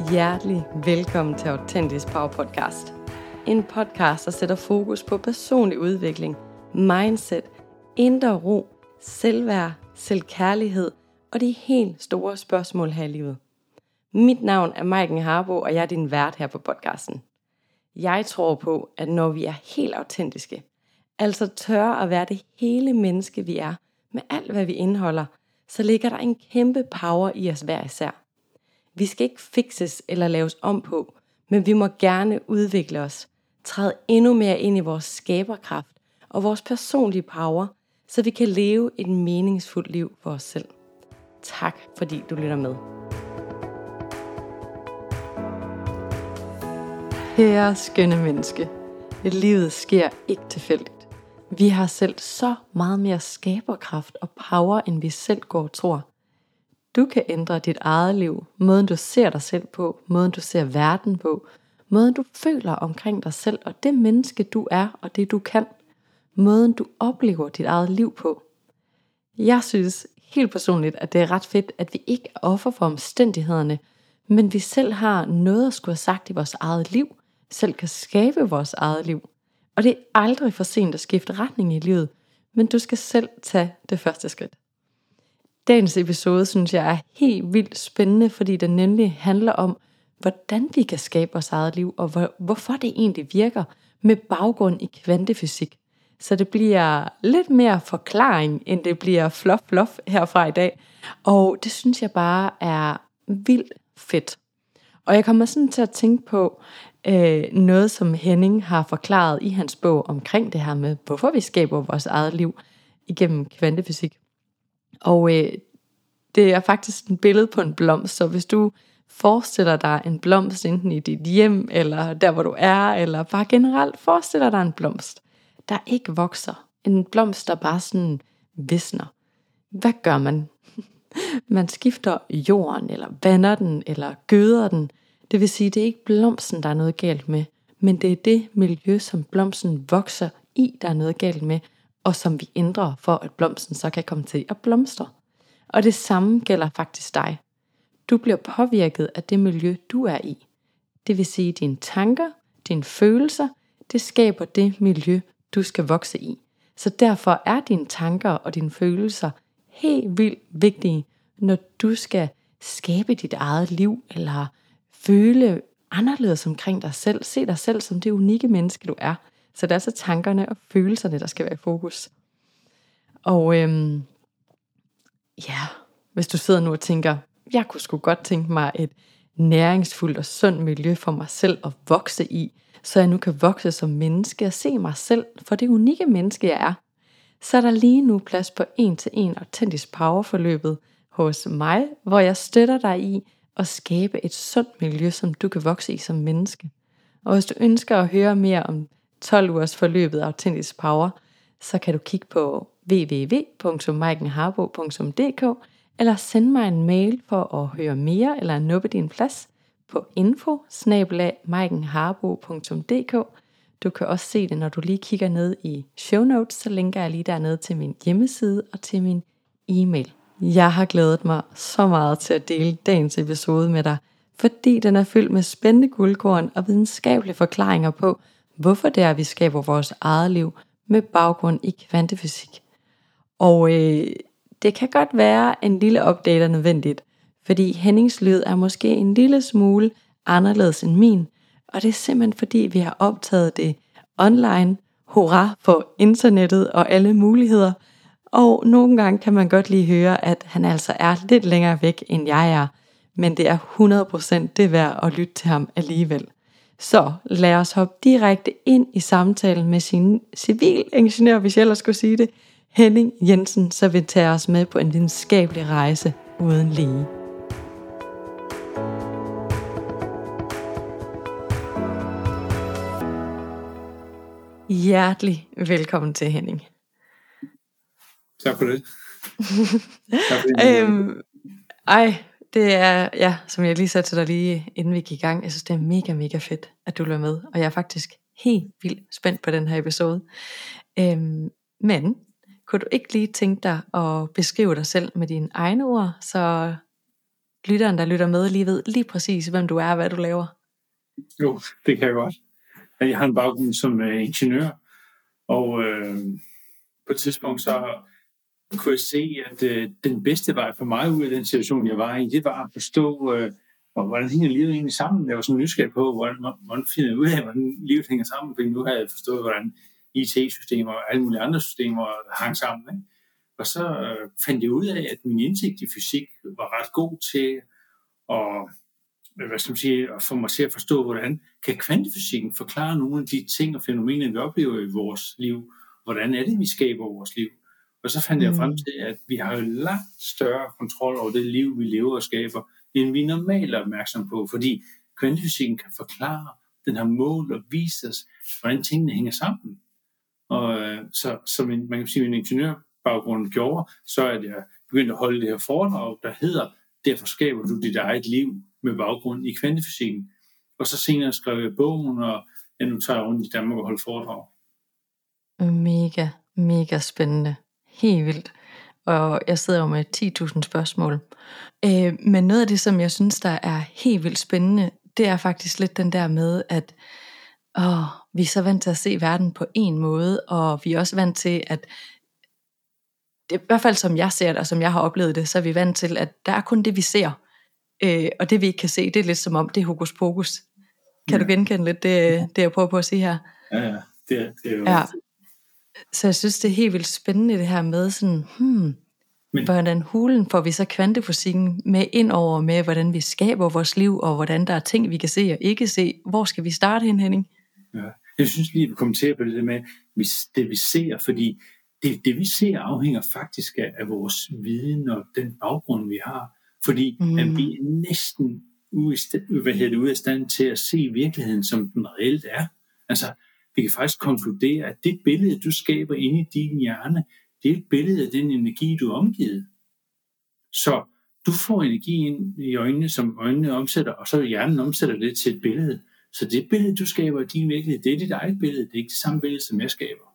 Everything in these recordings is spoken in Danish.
Hjertelig velkommen til Autentisk Power Podcast. En podcast, der sætter fokus på personlig udvikling, mindset, indre ro, selvværd, selvkærlighed og de helt store spørgsmål her i livet. Mit navn er Maiken Harbo, og jeg er din vært her på podcasten. Jeg tror på, at når vi er helt autentiske, altså tør at være det hele menneske vi er, med alt hvad vi indeholder, så ligger der en kæmpe power i os hver især. Vi skal ikke fikses eller laves om på, men vi må gerne udvikle os, træde endnu mere ind i vores skaberkraft og vores personlige power, så vi kan leve et meningsfuldt liv for os selv. Tak fordi du lytter med. Kære skønne menneske, livet sker ikke tilfældigt. Vi har selv så meget mere skaberkraft og power, end vi selv går og tror. Du kan ændre dit eget liv, måden du ser dig selv på, måden du ser verden på, måden du føler omkring dig selv og det menneske du er og det du kan, måden du oplever dit eget liv på. Jeg synes helt personligt, at det er ret fedt, at vi ikke er offer for omstændighederne, men vi selv har noget at skulle have sagt i vores eget liv, selv kan skabe vores eget liv. Og det er aldrig for sent at skifte retning i livet, men du skal selv tage det første skridt. Dagens episode synes jeg er helt vildt spændende, fordi den nemlig handler om, hvordan vi kan skabe vores eget liv, og hvorfor det egentlig virker med baggrund i kvantefysik. Så det bliver lidt mere forklaring, end det bliver fluff herfra i dag. Og det synes jeg bare er vildt fedt. Og jeg kommer sådan til at tænke på noget, som Henning har forklaret i hans bog omkring det her med, hvorfor vi skaber vores eget liv igennem kvantefysik. Og det er faktisk et billede på en blomst, så hvis du forestiller dig en blomst enten i dit hjem, eller der hvor du er, eller bare generelt forestiller dig en blomst, der ikke vokser. En blomst, der bare sådan visner. Hvad gør man? Man skifter jorden, eller vander den, eller gøder den. Det vil sige, det er ikke blomsten, der er noget galt med, men det er det miljø, som blomsten vokser i, der er noget galt med, og som vi ændrer for, at blomsten så kan komme til at blomstre. Og det samme gælder faktisk dig. Du bliver påvirket af det miljø, du er i. Det vil sige, dine tanker, dine følelser, det skaber det miljø, du skal vokse i. Så derfor er dine tanker og dine følelser helt vildt vigtige, når du skal skabe dit eget liv, eller føle anderledes omkring dig selv. Se dig selv som det unikke menneske, du er. Så det er altså tankerne og følelserne, der skal være i fokus. Og hvis du sidder nu og tænker, jeg kunne sgu godt tænke mig et næringsfuldt og sundt miljø for mig selv at vokse i, så jeg nu kan vokse som menneske og se mig selv for det unikke menneske, jeg er. Så er der lige nu plads på 1-1 Autentisk Power forløbet hos mig, hvor jeg støtter dig i at skabe et sundt miljø, som du kan vokse i som menneske. Og hvis du ønsker at høre mere om 12 ugers forløbet Autentisk Power, så kan du kigge på www.maikenharbo.dk eller send mig en mail for at høre mere eller nuppe din plads på info@maikenharbo.dk. Du kan også se det, når du lige kigger ned i show notes, så linker jeg lige dernede til min hjemmeside og til min e-mail. Jeg har glædet mig så meget til at dele dagens episode med dig, fordi den er fyldt med spændende guldkorn og videnskabelige forklaringer på, hvorfor det er, vi skaber vores eget liv med baggrund i kvantefysik. Og det kan godt være en lille update er nødvendigt, fordi Hennings lyd er måske en lille smule anderledes end min, og det er simpelthen fordi, vi har optaget det online. Hurra for internettet og alle muligheder. Og nogle gange kan man godt lige høre, at han altså er lidt længere væk, end jeg er, men det er 100% det værd at lytte til ham alligevel. Så lad os hoppe direkte ind i samtalen med sin civilingeniør, hvis jeg ellers skulle sige det, Henning Jensen, så vil tage os med på en videnskabelig rejse uden lige. Hjertelig velkommen til, Henning. Tak for det. Det er, som jeg lige sagde til dig lige inden vi gik i gang, jeg synes det er mega, mega fedt, at du er med, og jeg er faktisk helt vildt spændt på den her episode. Men kunne du ikke lige tænke dig at beskrive dig selv med dine egne ord, så lytteren, der lytter med, lige ved lige præcis, hvem du er og hvad du laver? Jo, det kan jeg godt. Jeg har en baggrund som ingeniør, og på et tidspunkt så kunne jeg se, at den bedste vej for mig ud af den situation, jeg var i, det var at forstå, hvordan hænger livet egentlig sammen. Jeg var sådan nysgerrig på, hvordan finder jeg ud af, hvordan livet hænger sammen, fordi nu havde jeg forstået, hvordan IT-systemer og alle mulige andre systemer hang sammen. Ikke? Og så fandt jeg ud af, at min indsigt i fysik var ret god til at få mig til at forstå, hvordan kan kvantefysikken forklare nogle af de ting og fænomener, vi oplever i vores liv. Hvordan er det, vi skaber vores liv? Og så fandt jeg frem til, at vi har langt større kontrol over det liv, vi lever og skaber, end vi normalt er opmærksom på, fordi kvantefysikken kan forklare, den har mål og vist os, hvordan tingene hænger sammen. Og man kan sige, min ingeniørbaggrund gjorde, så at jeg begyndte at holde det her foredrag, der hedder, derfor skaber du dit eget liv med baggrund i kvantefysikken. Og så senere skrev jeg bogen, og nu tager jeg rundt i Danmark og holder foredrag. Mega, mega spændende. Helt vildt. Og jeg sidder jo med 10.000 spørgsmål. Men noget af det, som jeg synes, der er helt vildt spændende, det er faktisk lidt den der med, at vi er så vant til at se verden på en måde, og vi er også vant til, at det, i hvert fald som jeg ser det, og som jeg har oplevet det, så er vi vant til, at der er kun det, vi ser. Og det, vi ikke kan se, det er lidt som om, det er hokus pokus. Kan du genkende lidt det jeg prøver på at sige her? Ja, det er jo... Ja. Så jeg synes, det er helt vildt spændende det her med sådan, hvordan hulen får vi så kvantefysikken med ind over med, hvordan vi skaber vores liv, og hvordan der er ting, vi kan se og ikke se. Hvor skal vi starte hen, Henning? Ja. Jeg synes lige, at vi kommenterer på det med, det vi ser, fordi det vi ser afhænger faktisk af vores viden og den baggrund, vi har. Fordi at vi er næsten ude af stand til at se virkeligheden, som den reelt er. Altså, vi kan faktisk konkludere, at det billede, du skaber inde i din hjerne, det er et billede af den energi, du er omgivet. Så du får energi ind i øjnene, som øjnene omsætter, og så hjernen omsætter det til et billede. Så det billede, du skaber af din virkelighed, det er dit eget billede. Det er ikke det samme billede, som jeg skaber.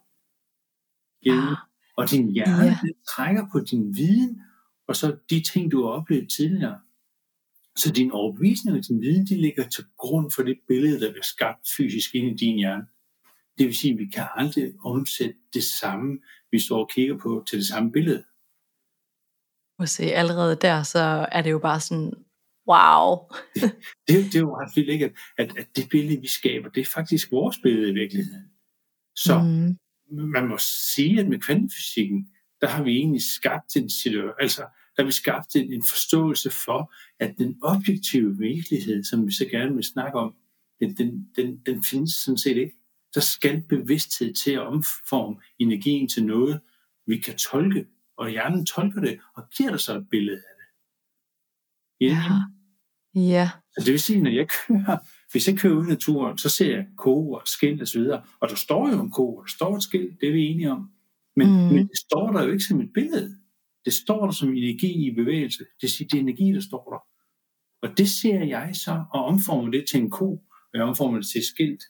Og din hjerne, den trækker på din viden, og så de ting, du har oplevet tidligere. Så din overbevisning og din viden, de ligger til grund for det billede, der bliver skabt fysisk ind i din hjerne. Det vil sige, at vi kan aldrig omsætte det samme, vi står og kigger på, til det samme billede. Og se, allerede der, så er det jo bare sådan, wow. det er jo ret vildt, ikke? At det billede, vi skaber, det er faktisk vores billede i virkeligheden. Så man må sige, at med kvantefysikken, der har vi egentlig skabt en situation, altså der har vi skabt en forståelse for, at den objektive virkelighed, som vi så gerne vil snakke om, den findes sådan set ikke. Der skal bevidsthed til at omforme energien til noget, vi kan tolke, og hjernen tolker det, og giver dig så et billede af det. Ja. Så det vil sige, når hvis jeg kører ud i naturen, så ser jeg ko og skilt og så videre, og der står jo en ko, og der står et skilt, det er vi enige om. Men det står der jo ikke som et billede. Det står der som energi i bevægelse. Det siger, det er energi, der står der. Og det ser jeg så, og omformer det til en ko, og jeg omformer det til et skilt.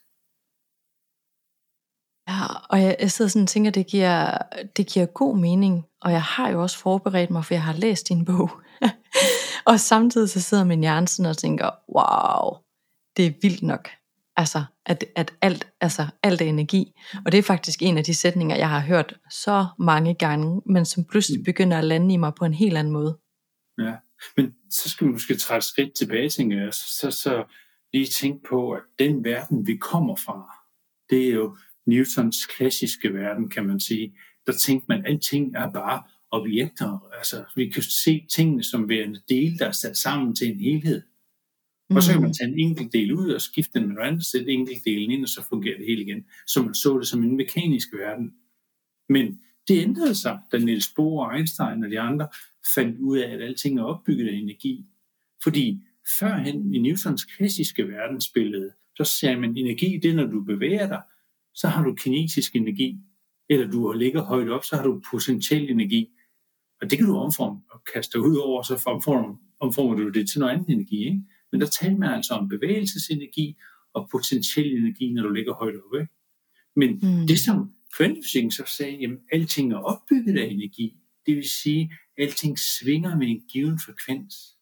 Ja, og jeg sidder sådan og tænker, det giver god mening, og jeg har jo også forberedt mig, for jeg har læst din bog. Og samtidig så sidder min hjerne sådan og tænker, wow, det er vildt nok. Altså, at alt er energi. Og det er faktisk en af de sætninger, jeg har hørt så mange gange, men som pludselig begynder at lande i mig på en helt anden måde. Ja, men så skal vi måske træde et skridt tilbage, tænker jeg. Så lige tænke på, at den verden, vi kommer fra, det er jo Newtons klassiske verden, kan man sige. Der tænkte man, at alting er bare objekter. Altså, vi kan se tingene som værende dele, der er sat sammen til en helhed. Og så kan man tage en enkelt del ud og skifte den med noget andet, sætte enkeltdelen ind, og så fungerer det hele igen. Så man så det som en mekanisk verden. Men det ændrede sig, da Niels Bohr og Einstein og de andre fandt ud af, at alting er opbygget af energi. Fordi førhen i Newtons klassiske verdensbillede, så sagde man, energi, det er, når du bevæger dig, så har du kinetisk energi. Eller du ligger højt op, så har du potentiel energi. Og det kan du omforme og kaste ud over, så omformer du det til noget andet energi. Ikke? Men der taler man altså om bevægelsesenergi og potentiel energi, når du ligger højt op. Ikke? Men det som kvantefysikken så sagde, jamen alting er opbygget af energi. Det vil sige, at alting svinger med en given frekvens.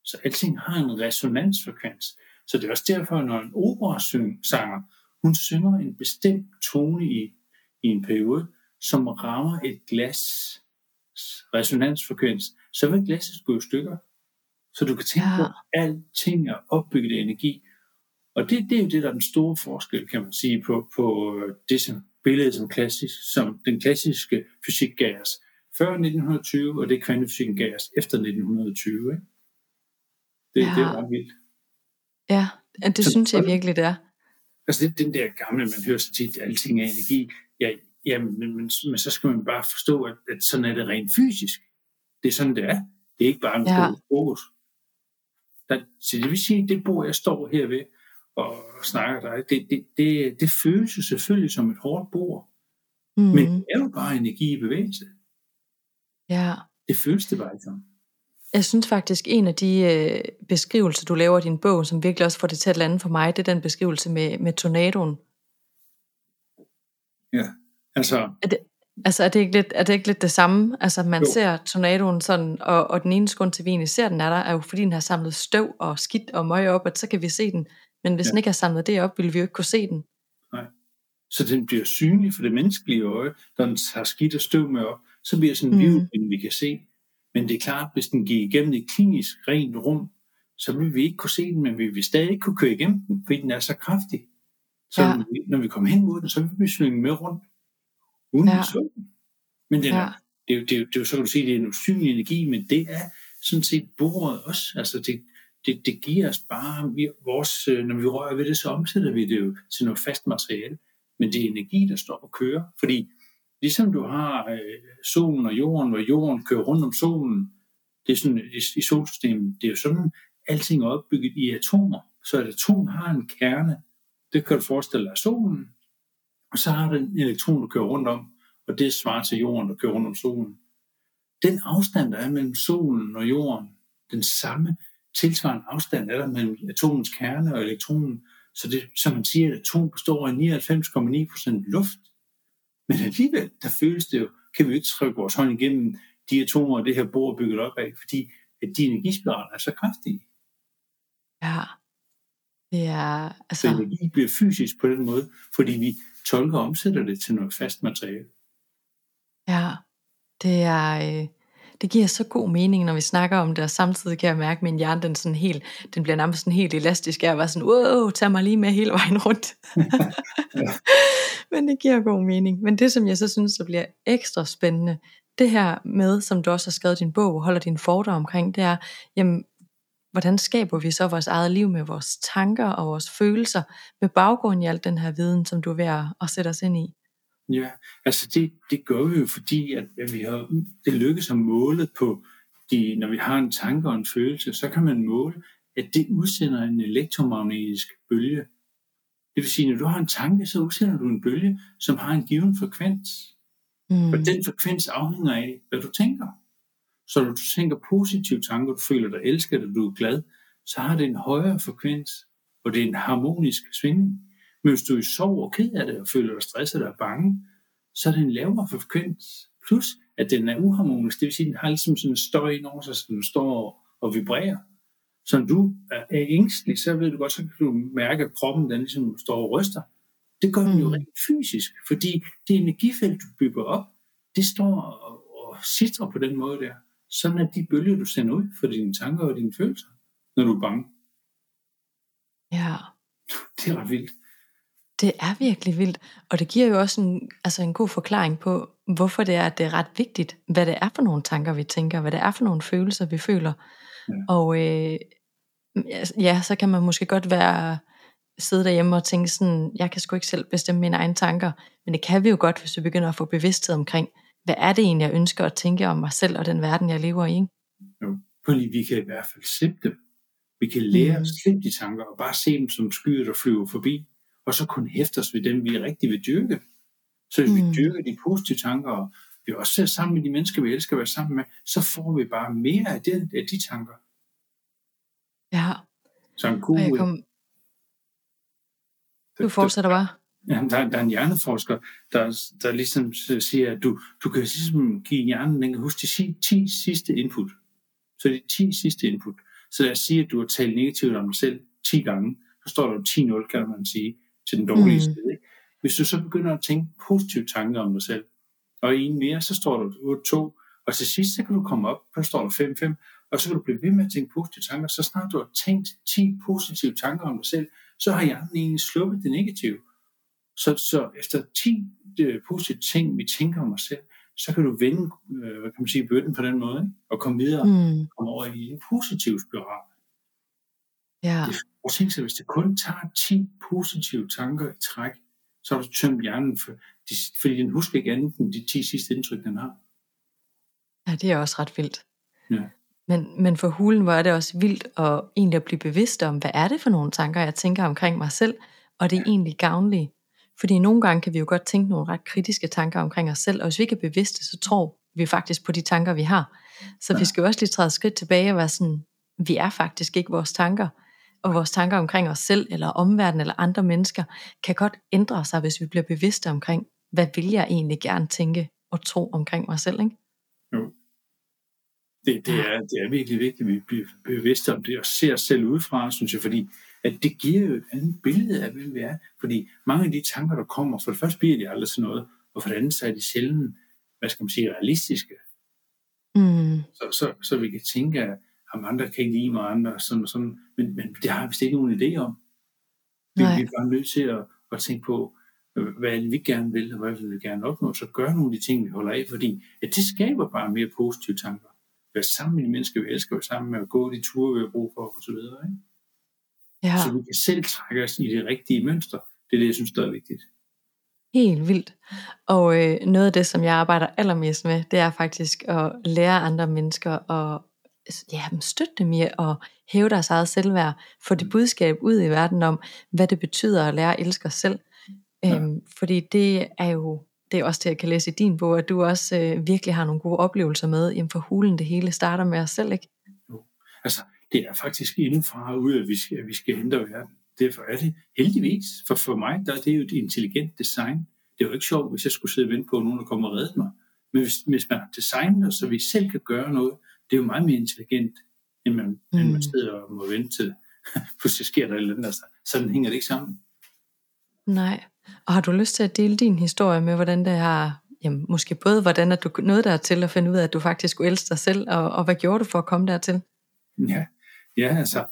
Så alting har en resonansfrekvens. Så det er også derfor, når en operasanger, hun synger en bestemt tone i en periode, som rammer et glas resonansfrekvens, så vil glasset gå i stykker. Så du kan tænke på, at alting er opbygget af energi. Og det er jo det, der er den store forskel, kan man sige, på det som billede som den klassiske fysik gav os før 1920, og det kvantefysikken gav os efter 1920. Ikke? Det er ret vildt. Ja, det synes jeg virkelig, det er. Altså den der gamle, man hører så tit, at alting er energi. Ja, men så skal man bare forstå, at sådan er det rent fysisk. Det er sådan, det er. Det er ikke bare en stor fokus. Så det vil sige, at det bord, jeg står her ved og snakker dig, det føles jo selvfølgelig som et hårdt bord. Men det er jo bare energi i bevægelse. Ja. Det føles det bare ikke sådan. Jeg synes faktisk, en af de beskrivelser, du laver i din bog, som virkelig også får det til at lande for mig, det er den beskrivelse med tornadoen. Ja, altså... Er det ikke lidt det samme? Altså man ser tornadoen sådan, og den eneste grund til, at vi egentlig ser den er jo fordi den har samlet støv og skidt og møg op, og så kan vi se den. Men hvis den ikke har samlet det op, ville vi jo ikke kunne se den. Nej. Så den bliver synlig for det menneskelige øje, når den tager skidt og støv med op, så bliver det sådan en virvel, vi kan se. Men det er klart, hvis den gik igennem et klinisk rent rum, så vil vi ikke kunne se den, men vi vil stadig ikke kunne køre igennem den, fordi den er så kraftig. Så når vi kommer hen mod den, så vil vi svinge med rundt. Uden men det er jo så kan du sige, det er en usynlig energi, men det er sådan set bordet også. Altså det giver os bare vores, når vi rører ved det, så omsætter vi det jo til noget fast materiale. Men det er energi, der står og kører. Fordi ligesom du har solen og jorden, hvor jorden kører rundt om solen, det er sådan i solsystemet, det er jo sådan, alting er opbygget i atomer. Så et atom har en kerne, det kan du forestille dig solen, og så har den en elektron, der kører rundt om, og det svarer til jorden, der kører rundt om solen. Den afstand, der er mellem solen og jorden, den samme tilsvarende afstand er der mellem atomens kerne og elektronen. Så det, som man siger, at atom består af 99,9% luft. Men alligevel, der føles det jo, kan vi ikke trykke vores hånd igennem de atomer, og det her bord er bygget op af, fordi at de energispiraler er så kraftige. Ja, det er... Altså... Så energi bliver fysisk på den måde, fordi vi tolker og omsætter det til noget fast materiale. Ja, det giver så god mening, når vi snakker om det, og samtidig kan jeg mærke, at min hjerne, den bliver nærmest sådan helt elastisk. Jeg var sådan, wow, tag mig lige med hele vejen rundt. Men det giver god mening. Men det, som jeg så synes, der bliver ekstra spændende, det her med, som du også har skrevet i din bog, holder din foredrag omkring, det er, jamen, hvordan skaber vi så vores eget liv med vores tanker og vores følelser, med baggrund i al den her viden, som du er ved at sætte os ind i? Ja, altså det gør vi jo, fordi at det lykkes at måle på, når vi har en tanke og en følelse, så kan man måle, at det udsender en elektromagnetisk bølge. Det vil sige, når du har en tanke, så udsender du en bølge, som har en given frekvens. Og den frekvens afhænger af, hvad du tænker. Så når du tænker positive tanker, du føler dig elsket, og du er glad, så har det en højere frekvens, og det er en harmonisk svingning. Men hvis du er sorg og ked af det, og føler dig stresset og bange, så er det en lavere frekvens. Plus, at den er uharmonisk. Det vil sige, at den har ligesom sådan en støj ind over sig, så den står og vibrerer. Så når du er ængstelig, så ved du godt, så kan du mærke, at kroppen den ligesom står og ryster. Det gør den jo rent fysisk, fordi det energifelt, du bygger op, det står og sitrer på den måde der. Sådan er de bølger, du sender ud for dine tanker og dine følelser, når du er bange. Ja. Det er ret vildt. Det er virkelig vildt, og det giver jo også en god forklaring på, hvorfor det er, at det er ret vigtigt, hvad det er for nogle tanker, vi tænker, hvad det er for nogle følelser, vi føler. Ja. Og så kan man måske godt sidde derhjemme og tænke sådan, jeg kan sgu ikke selv bestemme mine egne tanker, men det kan vi jo godt, hvis vi begynder at få bevidsthed omkring, hvad er det egentlig, jeg ønsker at tænke om mig selv og den verden, jeg lever i, ikke? Jo, fordi vi kan i hvert fald slippe dem. Vi kan lære at slippe de tanker, og bare se dem som skyer, der flyver forbi, og så kun hæfte os ved dem, vi rigtig vil dyrke. Så hvis vi dyrker de positive tanker, og vi også ser sammen med de mennesker, vi elsker at være sammen med, så får vi bare mere af de tanker. Ja. Så en god... Du fortsætter bare. Ja, der er en hjerneforsker, der ligesom siger, at du kan ligesom give hjernen, den kan huske de 10 sidste input. Så de 10 sidste input. Så lad os sige, at du har talt negativt om dig selv 10 gange, så står der 10-0, kan man sige, til den dårlige side. Ikke? Hvis du så begynder at tænke positive tanker om dig selv, og i en mere, så står der 8-2, og til sidst, så kan du komme op, så står der 5-5, og så kan du blive ved med at tænke positive tanker. Så snart du har tænkt 10 positive tanker om dig selv, så har hjernen egentlig sluppet det negative. Så efter 10 positive ting, vi tænker om os selv, så kan du vende, hvad kan man sige, bøtten på den måde, ikke? Og komme videre, komme over i en positiv spiral. Ja. Og tænk sig, hvis det kun tager 10 positive tanker i træk, så har du tømt hjernen, fordi den husker ikke andet end de 10 sidste indtryk, den har. Ja, det er også ret vildt. Ja. Men for hulen, hvor er det også vildt at egentlig at blive bevidst om, hvad er det for nogle tanker, jeg tænker omkring mig selv, og det er egentlig gavnlige. Fordi nogle gange kan vi jo godt tænke nogle ret kritiske tanker omkring os selv, og hvis vi ikke er bevidste, så tror vi faktisk på de tanker, vi har. Så vi skal jo også lige træde skridt tilbage og være sådan, vi er faktisk ikke vores tanker, og vores tanker omkring os selv, eller omverdenen, eller andre mennesker, kan godt ændre sig, hvis vi bliver bevidste omkring, hvad vil jeg egentlig gerne tænke og tro omkring mig selv, ikke? Jo. Det er virkelig vigtigt, at vi bliver bevidste om det, og ser os selv udefra, synes jeg, fordi at det giver jo et andet billede af, hvem vi er. Fordi mange af de tanker, der kommer, for det første bliver de aldrig sådan noget, og for det andet, så er de sjældent, hvad skal man sige, realistiske. Så vi kan tænke, at andre kan ikke lide mig, andre sådan og sådan, men det har vi vist ikke nogen idé om. Vi er bare nødt til at tænke på, hvad vi gerne vil, og hvad vi vil gerne opnå, så gør nogle af de ting, vi holder af, fordi at det skaber bare mere positive tanker. Være sammen med de mennesker, vi elsker, være sammen med at gå de ture, vi har brug for, og så videre. Ikke? Ja. Så vi kan selv trække os i det rigtige mønster. Det er det, jeg synes, der er vigtigt. Helt vildt. Og noget af det, som jeg arbejder allermest med, det er faktisk at lære andre mennesker og støtte dem i at hæve deres eget selvværd, få det budskab ud i verden om, hvad det betyder at lære at elske os selv. Fordi det er også det, jeg kan læse i din bog, at du også virkelig har nogle gode oplevelser med, jamen for hulen det hele starter med os selv, ikke? Jo. Altså, det er faktisk indenfra og ud, at vi skal hente verden. Derfor er det heldigvis, for mig, der er det jo et intelligent design. Det er jo ikke sjovt, hvis jeg skulle sidde og vente på, at nogen der kommer og redde mig. Men hvis man har designet det, så vi selv kan gøre noget, det er jo meget mere intelligent, end man sidder og må vente til, pludselig sker der et eller andet. Altså, sådan hænger det ikke sammen. Nej. Og har du lyst til at dele din historie med, hvordan det har, jamen måske både hvordan at du nåede dertil at finde ud af, at du faktisk skulle elske dig selv, og hvad gjorde du for at komme dertil? Ja, altså,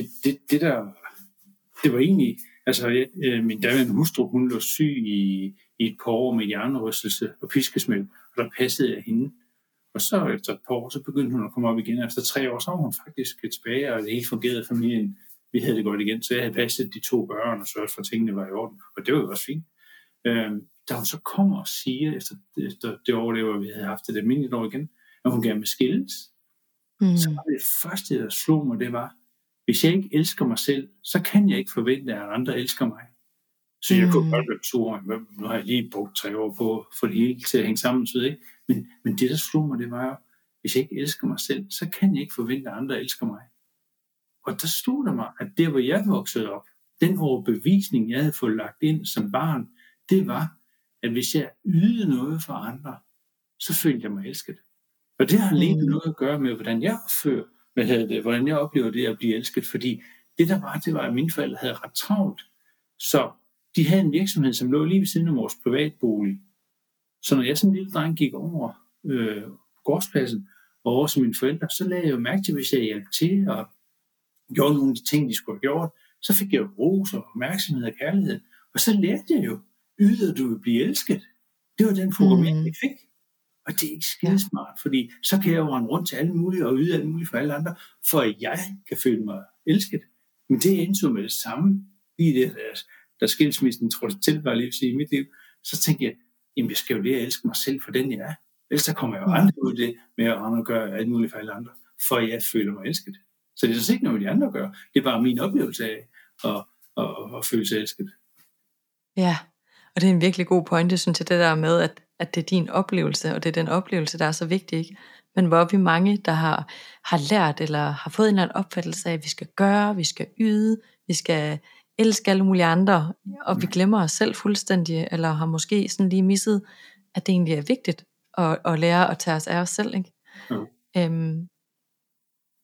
det var egentlig, altså min daværende hustru, hun lå syg i et par år med hjernerystelse og piskesmæld, og der passede jeg hende. Og så efter et par år, så begyndte hun at komme op igen. Efter 3 år, så var hun faktisk tilbage, og det hele fungerede i familien. Vi havde det godt igen, så jeg havde passet de 2 børn, og sørget for, at tingene var i orden. Og det var jo også fint. Da hun så kommer og siger, efter det overlever, vi havde haft et almindeligt år igen, at hun gerne vil skilles, så var det første, der slog mig, det var, hvis jeg ikke elsker mig selv, så kan jeg ikke forvente, at andre elsker mig. Så jeg kunne godt være 2 år, nu har jeg lige brugt 3 år på at få det hele til at hænge sammen, så ikke? Men det, der slog mig, det var jo, hvis jeg ikke elsker mig selv, så kan jeg ikke forvente, at andre elsker mig. Og der stod der mig, at der, hvor jeg voksede op, den overbevisning, jeg havde fået lagt ind som barn, det var, at hvis jeg ydede noget for andre, så følte jeg mig elsket. Og det har alene noget at gøre med, hvordan jeg oplever det at blive elsket, fordi det var, at mine forældre havde ret travlt. Så de havde en virksomhed, som lå lige ved siden af vores privatbolig. Så når jeg som lille dreng gik over gårdspladsen og over som mine forældre, så lagde jeg jo mærke til, hvis jeg hjalp til og gjorde nogle af de ting, de skulle have gjort, så fik jeg jo ros og opmærksomhed og kærlighed. Og så lærte jeg jo, yder du vil blive elsket. Det var den programmering, jeg fik. Og det er ikke skidesmart, fordi så kan jeg jo rende rundt til alle mulige og yde alt muligt for alle andre, for at jeg kan føle mig elsket. Men det indså med det samme, lige det, der skilsmissen trådte til, var lige at sige i mit liv, så tænkte jeg, jamen jeg skal jo lære at elske mig selv for den jeg er. Ellers så kommer jeg jo aldrig ud det med at gøre alt muligt for alle andre, for at jeg føler mig elsket. Så det er så ikke noget, de andre gør. Det er bare min oplevelse af at føle sig elsket. Ja, og det er en virkelig god pointe, synes jeg, det der med, at det er din oplevelse, og det er den oplevelse, der er så vigtig, ikke? Men hvor vi mange, der har lært, eller har fået en eller anden opfattelse af, at vi skal gøre, vi skal yde, vi skal elske alle mulige andre, og vi glemmer os selv fuldstændig, eller har måske sådan lige misset, at det egentlig er vigtigt at lære at tage os af os selv, ikke?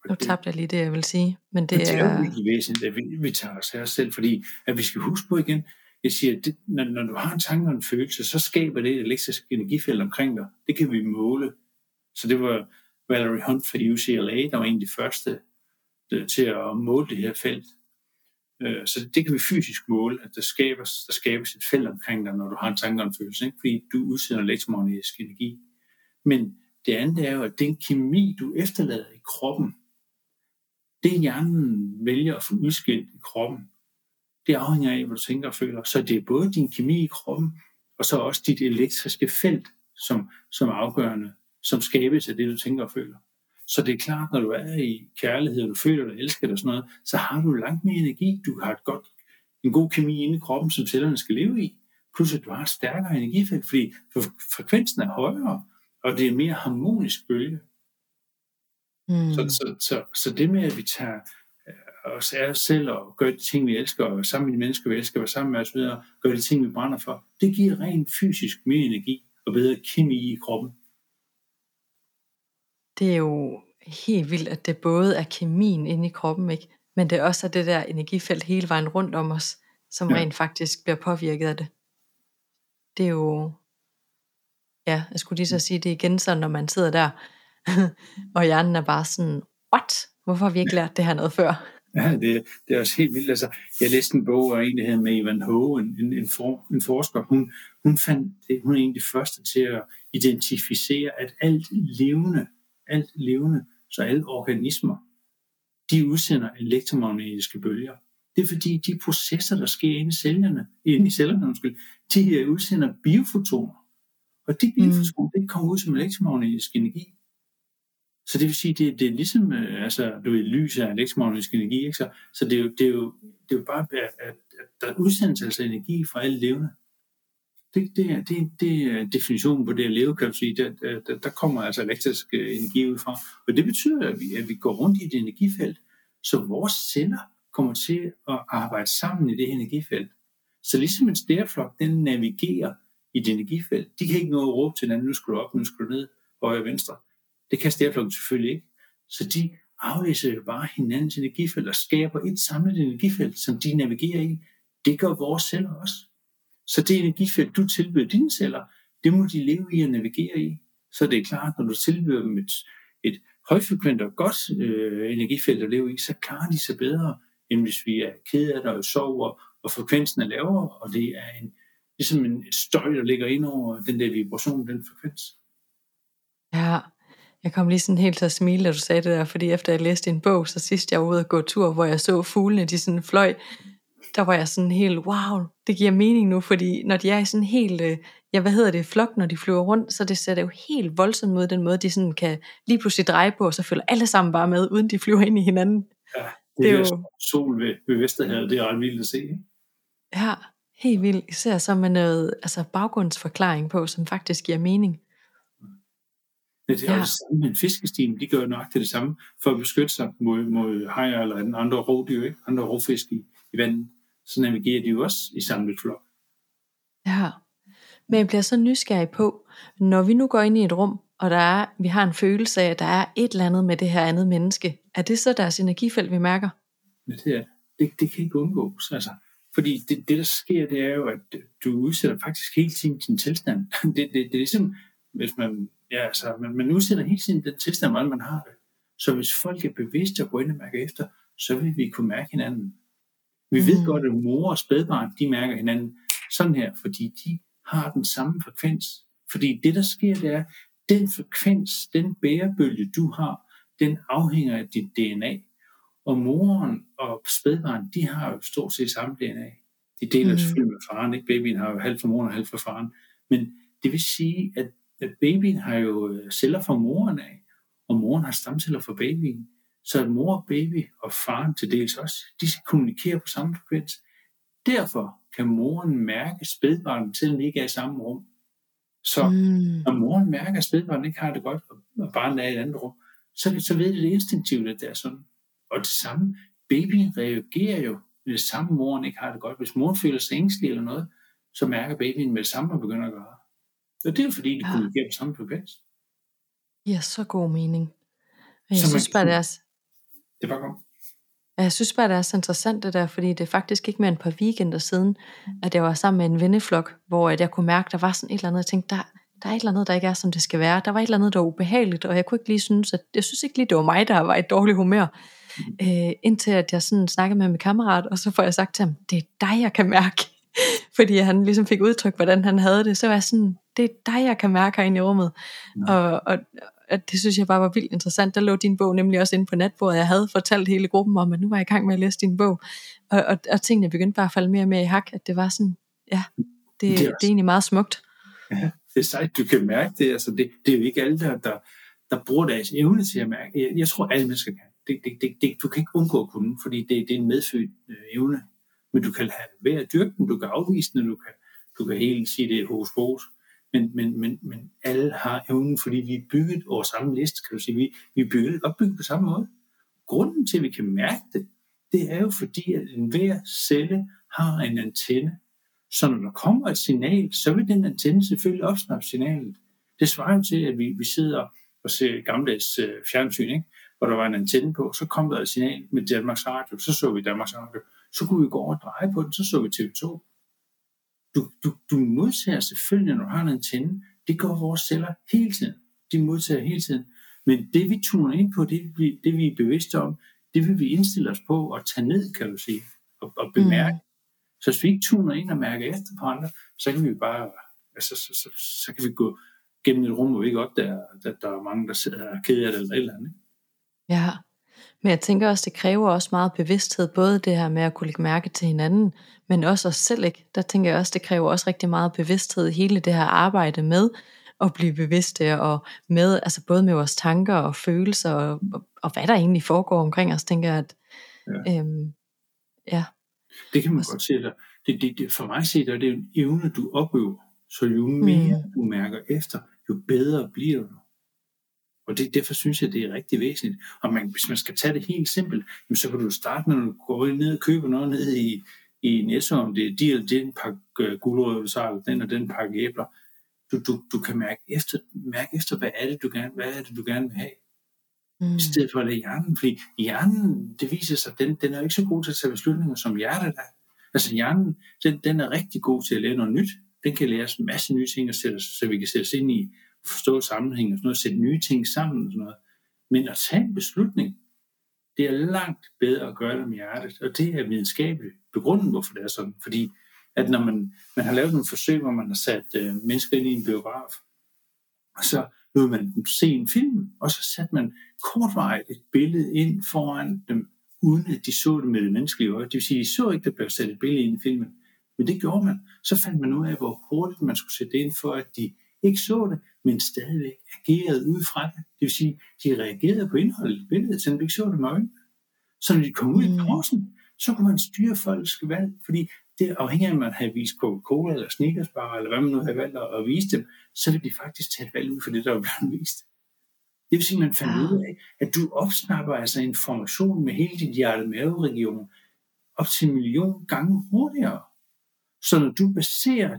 Nu tabte jeg lige det, jeg vil sige. Men Det det er jo er... virkelig væsentligt, at vi tager os af os selv, fordi at vi skal huske på igen, jeg siger, at når du har en tanke og en følelse, så skaber det et elektrisk energifelt omkring dig. Det kan vi måle. Så det var Valerie Hunt fra UCLA, der var en af de første til at måle det her felt. Så det kan vi fysisk måle, at der skabes et felt omkring dig, når du har en tanke og en følelse, ikke? Fordi du udsender elektromagnetisk energi. Men det andet er jo, at den kemi, du efterlader i kroppen, det hjernen vælger at få udskilt i kroppen, det afhænger af, hvad du tænker og føler. Så det er både din kemi i kroppen, og så også dit elektriske felt, som er afgørende, som skabes af det, du tænker og føler. Så det er klart, når du er i kærlighed, og du føler dig elsket og sådan noget, så har du langt mere energi. Du har en god kemi inde i kroppen, som cellerne skal leve i. Plus at du har et stærkere energifelt, fordi frekvensen er højere, og det er en mere harmonisk bølge. Så det med, at vi tager os af os selv og gør de ting, vi elsker, og sammen med de mennesker, vi elsker, og sammen med os videre, gør de ting, vi brænder for, det giver rent fysisk mere energi og bedre kemi i kroppen. Det er jo helt vildt, at det både er kemien inde i kroppen, ikke? Men det også er det der energifelt hele vejen rundt om os, som rent faktisk bliver påvirket af det. Det er jo... Ja, jeg skulle lige så sige det igen, så når man sidder der, og hjernen er bare sådan, what? Hvorfor har vi ikke lært det her noget før? Ja, det er også helt vildt. Altså, jeg læste en bog af en, der hedder Maven Ho, en forsker. Hun er en af de første til at identificere, at alt levende, så alle organismer, de udsender elektromagnetiske bølger. Det er fordi, de processer, der sker inde i cellerne, de udsender biofotoner. Og de biofotoner, det kommer ud som elektromagnetisk energi. Så det vil sige, det er ligesom, lys af elektromagnetisk energi, ikke? Så det er jo bare, at der udsendes altså energi fra alt levende. Det er definitionen på det at leve, kan du sige. Der kommer altså elektrisk energi ud fra. Og det betyder, at vi går rundt i et energifelt, så vores celler kommer til at arbejde sammen i det energifelt. Så ligesom en stærflok, den navigerer i et energifelt. De kan ikke nå at råbe til hinanden, nu skal du op, nu skal du ned, højre og venstre. Det kan stærflokken selvfølgelig ikke. Så de aflæser jo bare hinandens energifelt og skaber et samlet energifelt, som de navigerer i. Det gør vores celler også. Så det energifelt, du tilbyder dine celler, det må de leve i og navigere i. Så det er klart, når du tilbyder dem et højfrekvent og godt energifelt at leve i, så klarer de sig bedre, end hvis vi er kede af det og sover, og frekvensen er lavere, og det er ligesom en støj, der ligger ind over den der vibration, den frekvens. Ja, jeg kom lige sådan helt til at smile, da du sagde det der, fordi efter jeg læste en bog, så sidst jeg var ude at gå tur, hvor jeg så fuglene, de sådan fløj, der var jeg sådan helt, wow, det giver mening nu, fordi når de er i sådan helt, flok, når de flyver rundt, så det ser det jo helt voldsomt ud, den måde, de sådan kan lige pludselig dreje på, og så følger alle sammen bare med, uden de flyver ind i hinanden. Ja, det er jo sol ved Vesterhavet, det er ret vildt at se, ikke? Ja, helt vildt, især så med noget baggrundsforklaring på, som faktisk giver mening. Det er også samme med en fiskestime. De gør nøjagtigt det samme for at beskytte sig mod hajer eller andre rovdyr, ikke? Andre rovfisk i vandet. Så navigerer de jo også i samlet flok. Ja, men jeg bliver så nysgerrig på, når vi nu går ind i et rum, og vi har en følelse af, at der er et eller andet med det her andet menneske. Er det så deres energifelt, vi mærker? Ja, det kan ikke undgås. Altså, fordi det, der sker, det er jo, at du udsætter faktisk hele tiden din tilstand. Det er ligesom, hvis man udsætter hele tiden den tilstand, hvordan man har det. Så hvis folk er bevidste og går ind og mærker efter, så vil vi kunne mærke hinanden. Vi ved godt, at mor og spædbarn, de mærker hinanden sådan her, fordi de har den samme frekvens. Fordi det, der sker, det er, den frekvens, den bærebølge, du har, den afhænger af dit DNA. Og moren og spædbarn, de har jo stort set samme DNA. De deler selvfølgelig med faren, ikke? Babyen har jo halvt fra moren og halvt fra faren. Men det vil sige, at babyen har jo celler fra moren af, og moren har stamceller fra babyen. Så mor, baby og faren til dels også, de kommunikerer på samme frekvens. Derfor kan moren mærke spædbarnet, selvom de ikke er i samme rum. Så når moren mærker, at spædbarnet ikke har det godt, og barnet er i et andet rum, så ved det instinktivt, at det er sådan. Og det samme, babyen reagerer jo med det samme, moren ikke har det godt. Hvis moren føler sig ængstelig eller noget, så mærker babyen med det samme, og begynder at gøre. Og det er jo fordi, de kommunikerer på samme frekvens. Ja, så god mening. Men jeg synes bare, Det var godt. Jeg synes bare, det er så interessant det der, fordi det er faktisk ikke mere end et par weekender siden, at jeg var sammen med en venneflok, hvor at jeg kunne mærke, der var sådan et eller andet, jeg tænkte, der er et eller andet, der ikke er, som det skal være. Der var et eller andet, der var ubehageligt, og jeg kunne ikke lige synes, jeg synes ikke lige, det var mig, der var i dårlig humør. Indtil at jeg sådan snakkede med min kammerat, og så får jeg sagt til ham, det er dig, jeg kan mærke. Fordi han ligesom fik udtrykt, hvordan han havde det. Så var jeg sådan, det er dig, jeg kan mærke herinde i rummet. Og det synes jeg bare var vildt interessant. Der lå din bog nemlig også inde på natbordet. Jeg havde fortalt hele gruppen om, at nu var jeg i gang med at læse din bog. Og tingene begyndte bare at falde mere og mere i hak. At det var sådan, ja, det er egentlig meget smukt. Ja, det er sejt, du kan mærke det. Altså det er jo ikke alle, der bruger deres evne til at mærke. Jeg tror, alle mennesker kan. Du kan ikke undgå at kunne, fordi det er en medfødt evne. Men du kan have ved at dyrke den, du kan afvise den, du kan helt sige, det er hos. Men alle har evnen, fordi vi er bygget over samme liste, kan du sige. Vi er opbygget på samme måde. Grunden til, at vi kan mærke det er jo fordi, at enhver celle har en antenne. Så når der kommer et signal, så vil den antenne selvfølgelig opsnappe signalet. Det svarer jo til, at vi sidder og ser gammeldags fjernsyn, ikke? Hvor der var en antenne på, så kom der et signal med Danmarks Radio, så vi Danmarks Radio. Så kunne vi gå over og dreje på den, så vi TV2. Du modtager selvfølgelig, når du har en antenne, det gør vores celler hele tiden. De modtager hele tiden. Men det vi tuner ind på, det vi er bevidste om, det vil vi indstille os på og tage ned, kan du sige, og bemærke. Så hvis vi ikke tuner ind og mærker efter på andre, så kan vi bare, så kan vi gå gennem et rum, hvor vi ikke opdager, at der er mange, der sidder og keder af det eller et eller andet. Ja, men jeg tænker også, det kræver også meget bevidsthed, både det her med at kunne lægge mærke til hinanden, men også os selv, ikke? Der tænker jeg også, det kræver også rigtig meget bevidsthed, hele det her arbejde med at blive bevidste, og med, altså både med vores tanker og følelser, og hvad der egentlig foregår omkring os, tænker jeg, at ja. Det kan man godt se der. Det, for mig set, det er en evne, du opøver. Så jo mere du mærker efter, jo bedre bliver du. Og derfor synes jeg, det er rigtig væsentligt. Og hvis man skal tage det helt simpelt, så kan du starte, når du går ned og køber noget ned i Netto, om det er de eller den pakke gulerødder, eller den og den pakke æbler. Du kan mærke efter, hvad er det, du gerne vil have. I stedet for at det er hjernen. Fordi hjernen, det viser sig, den er ikke så god til at tage beslutninger, som hjertet er. Altså hjernen, den er rigtig god til at lære noget nyt. Den kan lære os en masse nye ting, så vi kan sætte os ind i forstå sammenhæng og sådan noget, sætte nye ting sammen og sådan noget. Men at tage en beslutning, det er langt bedre at gøre det med hjertet, og det er videnskabeligt begrundet, hvorfor det er sådan. Fordi at når man har lavet nogle forsøg, hvor man har sat mennesker ind i en biograf, og så lod man dem se en film, og så satte man kortvarigt et billede ind foran dem, uden at de så det med det menneskelige øje. Det vil sige, at de så ikke, der blev sat et billede ind i filmen. Men det gjorde man. Så fandt man ud af, hvor hurtigt man skulle sætte det ind, for at de ikke så det, men stadigvæk agerede ud fra det. Det vil sige, de reagerede på indholdet i billedet, selvom de ikke så det med øjnene. Så når de kom ud i pausen, så kunne man styre folks valg, fordi det afhænger af, om man havde vist Coca-Cola eller Snickersbar, eller hvad man nu havde valgt at vise dem, så ville de faktisk tage et valg ud for det, der var blevet vist. Det vil sige, at man fandt ud af, at du opsnapper altså information med hele din hjerte-mave-region op til 1 million gange hurtigere. Så når du baserer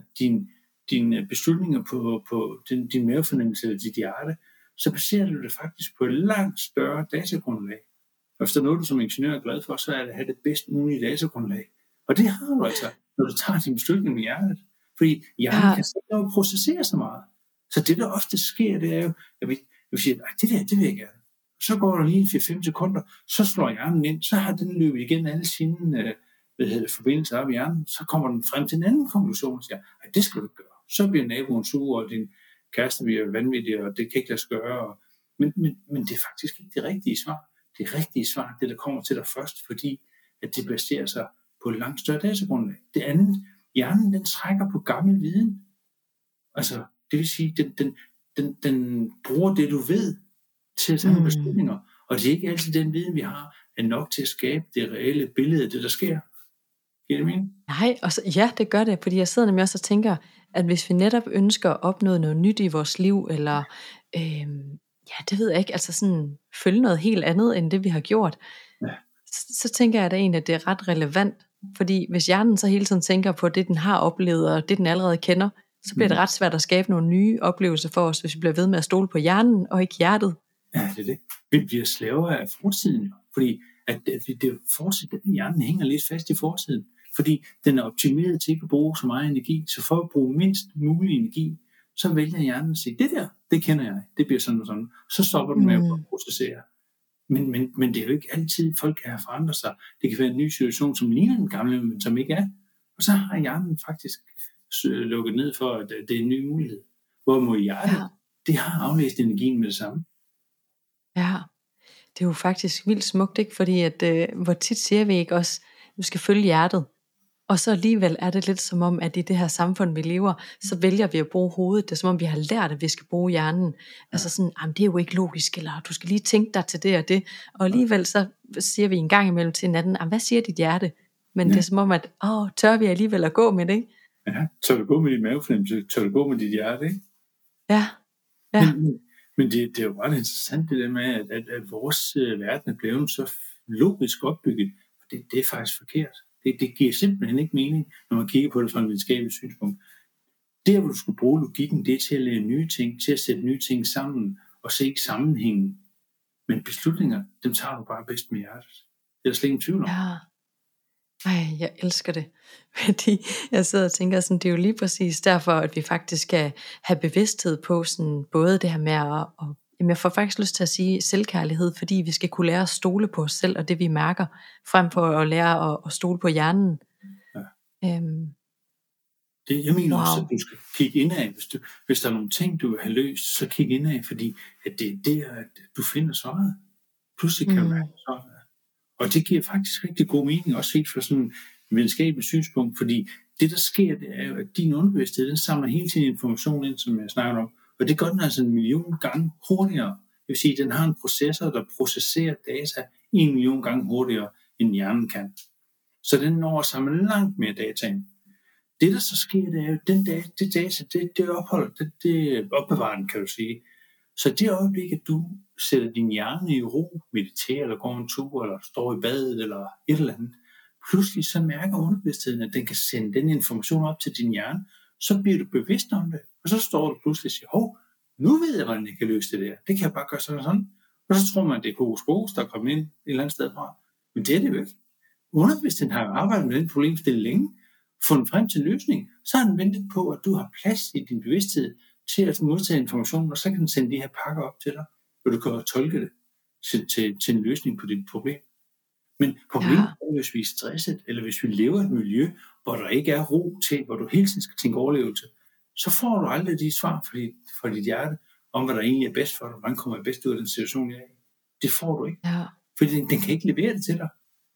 dine beslutninger på din mavefornemmelse eller dit hjerte, så baserer du det faktisk på et langt større datagrundlag. Og hvis der er noget, du som ingeniør er glad for, så er det at have det bedst mulige datagrundlag. Og det har du altså, når du tager din beslutning med hjertet. Fordi hjernen kan ikke processere så meget. Så det, der ofte sker, det er jo, at vi siger, det vil jeg gerne. Så går der lige 4-5 sekunder, så slår hjernen ind, så har den løbet igen alle sine forbindelser op i hjernen, så kommer den frem til en anden konklusion og siger, det skal du ikke gøre. Så bliver naboen sur, og din kæreste bliver vanvittig, og det kan ikke lade sig gøre. Men det er faktisk ikke det rigtige svar. Det rigtige svar, det der kommer til dig først, fordi at det baserer sig på et langt større datagrundlag. Det andet, hjernen, den trækker på gammel viden. Altså, det vil sige, den bruger det, du ved, til at tage nogle beslutninger. Og det er ikke altid den viden, vi har, er nok til at skabe det reelle billede af det, der sker. Giver det mening? Nej, ja, det gør det, fordi jeg sidder nemlig også og tænker, at hvis vi netop ønsker at opnå noget nyt i vores liv, eller det ved jeg ikke, altså sådan følge noget helt andet, end det vi har gjort, så tænker jeg da egentlig, at det er ret relevant, fordi hvis hjernen så hele tiden tænker på det, den har oplevet, og det, den allerede kender, så bliver det ret svært at skabe nogle nye oplevelser for os, hvis vi bliver ved med at stole på hjernen, og ikke hjertet. Ja, det er det. Vi bliver slaver af fortiden, fordi at det fortsætter, hjernen hænger lidt fast i fortiden, fordi den er optimeret til ikke at bruge så meget energi, så for at bruge mindst mulig energi, så vælger hjernen at sige, det der, det kender jeg, det bliver sådan og sådan, så stopper den med at processere. Men det er jo ikke altid, folk kan have forandret sig. Det kan være en ny situation, som ligner den gamle, men som ikke er. Og så har hjernen faktisk lukket ned for, at det er en ny mulighed. Hvorimod hjertet, det har aflæst energien med det samme. Ja, det er jo faktisk vildt smukt, ikke? Fordi at, hvor tit siger vi ikke også, du skal følge hjertet. Og så alligevel er det lidt som om, at i det her samfund, vi lever, så vælger vi at bruge hovedet. Det er som om, vi har lært, at vi skal bruge hjernen. Altså sådan, det er jo ikke logisk, eller du skal lige tænke dig til det og det. Og alligevel så siger vi en gang imellem til hinanden, hvad siger dit hjerte? Men det er som om, at tør vi alligevel at gå med det, ikke? Ja, tør du gå med din mavefornemmelse? Tør du gå med dit hjerte, ikke? Ja. Men det er jo ret interessant det der med, at vores verden er blevet så logisk opbygget. Det er faktisk forkert. Det giver simpelthen ikke mening, når man kigger på det fra en videnskabelig synspunkt. Der, hvor du skulle bruge logikken, det er til at lære nye ting, til at sætte nye ting sammen og se sammenhængen. Men beslutninger, dem tager du bare bedst med hjertet. Det er der slet ingen tvivl om. Ja. Ej, jeg elsker det. Fordi jeg sidder og tænker sådan, det er jo lige præcis derfor, at vi faktisk skal have bevidsthed på sådan, både det her med jamen jeg får faktisk lyst til at sige selvkærlighed, fordi vi skal kunne lære at stole på os selv og det vi mærker, frem for at lære at stole på hjernen. Ja. Jeg mener også, at du skal kigge indad. Hvis der er nogle ting, du vil have løst, så kig indad, fordi at det er der, at du finder svaret. Pludselig kan du mærke svaret. Og det giver faktisk rigtig god mening, også set fra sådan en videnskabelig synspunkt, fordi det, der sker, det er jo, at din underbevidsthed, den samler hele tiden information ind, som jeg snakker om, og det gør den altså 1 million gange hurtigere. Det vil sige, at den har en processor, der processerer data 1 million gange hurtigere, end hjernen kan. Så den når at samle langt mere data ind. Det, der så sker, det er jo, det data, det opbevarer den, kan du sige. Så det øjeblik, at du sætter din hjerne i ro, mediterer, eller går en tur, eller står i badet, eller et eller andet, pludselig så mærker underbevidstheden, at den kan sende den information op til din hjerne, så bliver du bevidst om det, og så står du pludselig og siger, nu ved jeg, hvordan jeg kan løse det der. Det kan jeg bare gøre sådan og sådan. Og så tror man, at det er hokus der er kommet ind et eller andet sted fra. Men det er det jo ikke. Underbevidstheden har jo arbejdet med den problemstilling længe, fundet frem til en løsning, så har den ventet på, at du har plads i din bevidsthed til at modtage information, og så kan den sende de her pakker op til dig, og du kan tolke det til en løsning på dit problem. Men problemet er, hvis vi er stresset, eller hvis vi lever i et miljø, hvor der ikke er ro til, hvor du hele tiden skal tænke overlevelse, så får du aldrig de svar fra dit hjerte, om hvad der egentlig er bedst for dig, hvordan kommer jeg bedst ud af den situation, jeg er i. Det får du ikke, fordi den kan ikke levere det til dig.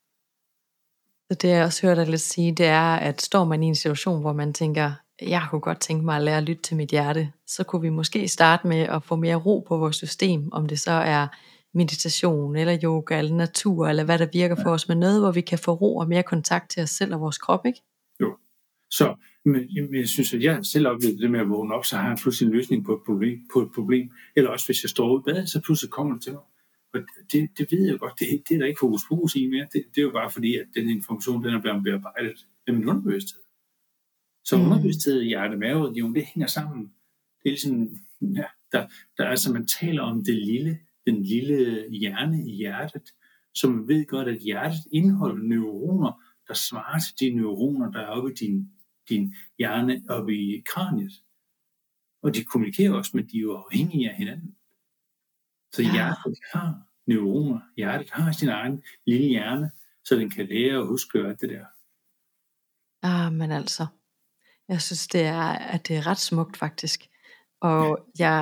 Så det jeg også hører dig lidt sige, det er, at står man i en situation, hvor man tænker, jeg kunne godt tænke mig at lære at lytte til mit hjerte, så kunne vi måske starte med at få mere ro på vores system, om det så er meditation, eller yoga, eller natur, eller hvad der virker for os, men noget, hvor vi kan få ro og mere kontakt til os selv og vores krop, ikke? Jo, så jeg synes, at jeg selv oplevede det med at vågne op, så har jeg pludselig en løsning på et problem, eller også hvis jeg står ude i badet, så pludselig kommer det til mig. Og det ved jeg godt, det er der ikke fokus i mere. Det er jo bare fordi, at den information, den er blevet bearbejdet af min underbevidsthed. Så underbevidsthed, hjerte, maveregion, det hænger sammen. Det er ligesom, altså man taler om den lille hjerne i hjertet, så man ved godt, at hjertet indeholder neuroner, der svarer til de neuroner, der er oppe i din hjerne, oppe i kraniet. Og de kommunikerer også, men de er jo afhængige af hinanden. Så hjertet har neuroner. Hjertet har sin egen lille hjerne, så den kan lære og huske alt det der. Men altså, jeg synes, det er ret smukt faktisk. Og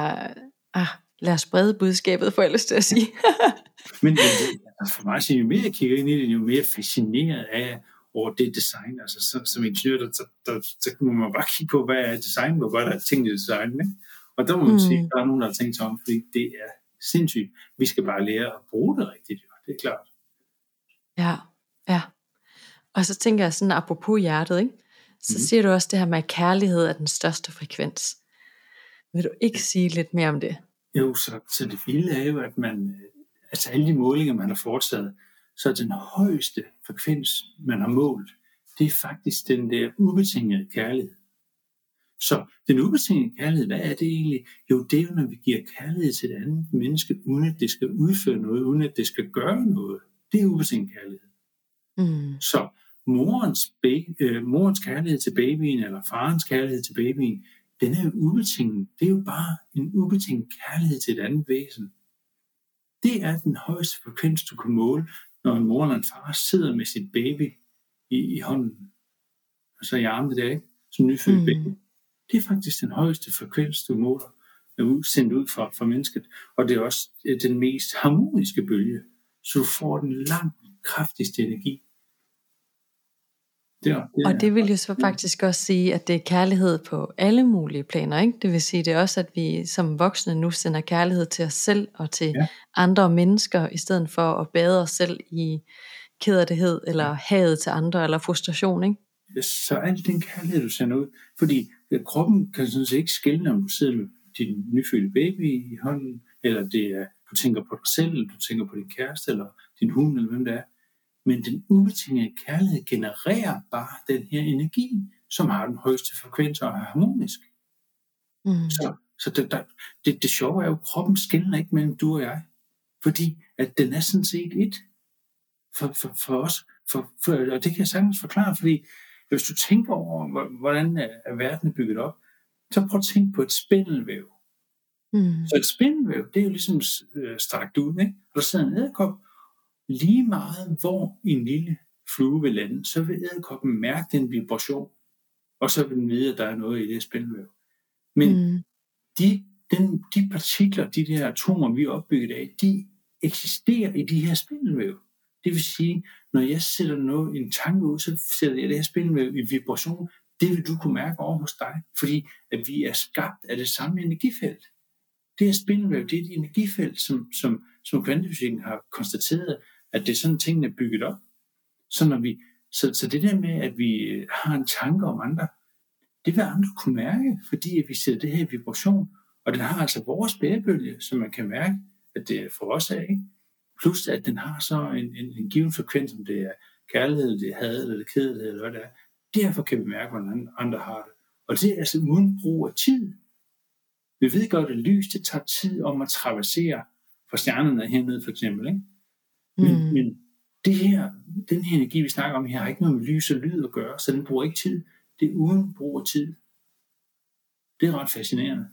lad os sprede budskabet, får jeg lyst til at sige. Men for mig, jo mere jeg kigger ind i det, jo mere fascineret af over det design. Altså som ingeniør, så må man bare kigge på, hvad er design, hvor godt er tænkt i designen. Ikke? Og der må man sige, at der er nogen, der har tænkt sig om, fordi det er sindssygt. Vi skal bare lære at bruge det rigtigt, jo. Det er klart. Ja. Og så tænker jeg sådan, apropos hjertet, ikke? Så siger du også det her med, at kærlighed er den største frekvens. Vil du ikke sige lidt mere om det? Jo, så det vilde er jo, at man, altså alle de målinger, man har foretaget, så den højeste frekvens, man har målt, det er faktisk den der ubetingede kærlighed. Så den ubetingede kærlighed, hvad er det egentlig? Jo, det er jo, når vi giver kærlighed til et andet menneske, uden at det skal udføre noget, uden at det skal gøre noget. Det er ubetinget kærlighed. Så morens kærlighed til babyen, eller farens kærlighed til babyen, den er jo ubetinget. Det er jo bare en ubetinget kærlighed til et andet væsen. Det er den højeste frekvens, du kan måle, når en mor eller en far sidder med sit baby i hånden. Og så i armene der, ikke? Som nyfødt baby. Det er faktisk den højeste frekvens, du måler, sendt ud fra mennesket. Og det er også den mest harmoniske bølge. Så du får den langt kraftigste energi. Og det vil jo så faktisk også sige, at det er kærlighed på alle mulige planer, ikke? Det vil sige, det er også, at vi som voksne nu sender kærlighed til os selv og til andre mennesker, i stedet for at bade os selv i kederlighed eller hadet til andre eller frustration, ikke? Så al den kærlighed, du sender ud, fordi kroppen kan sådan set ikke skelne, om du sidder med din nyfødte baby i hånden, eller det er, du tænker på dig selv, eller du tænker på din kæreste, eller din hund, eller hvem det er. Men den ubetingede kærlighed genererer bare den her energi, som har den højeste frekvens og er harmonisk. Så det sjove er jo, at kroppen skelner ikke mellem du og jeg, fordi at den er sådan set et for os. Og det kan jeg sagtens forklare, fordi hvis du tænker over, hvordan verden er bygget op, så prøv at tænke på et spindelvæv. Så et spindelvæv, det er jo ligesom strakt ud, ikke? Og der sidder en edderkop. Lige meget hvor en lille flue vil lande, så vil edderkoppen mærke den vibration, og så vil den vide, at der er noget i det spindelvæv. Men de partikler, de der atomer, vi er opbygget af, de eksisterer i de her spindelvæv. Det vil sige, når jeg sætter en tanke ud, så sætter jeg det her spindelvæv i vibration. Det vil du kunne mærke over hos dig, fordi at vi er skabt af det samme energifelt. Det her spindelvæv, det er et energifelt, som kvantefysikken har konstateret, at det er sådan, tingene er bygget op. Så det der med, at vi har en tanke om andre, det vil andre kunne mærke, fordi at vi sætter det her i vibration, og den har altså vores bærebølge, som man kan mærke, at det er for os af, ikke? Plus at den har så en given frekvens, om det er kærlighed, det er had, eller det er kedelighed, eller hvad det er. Derfor kan vi mærke, hvordan andre har det. Og det er altså uden brug af tid. Vi ved godt, at lys, det tager tid om at traversere fra stjernerne hernede, for eksempel, ikke? Men den her energi, vi snakker om her, har ikke noget med lys og lyd at gøre, så den bruger ikke tid. Det er uden brug af tid. Det er ret fascinerende.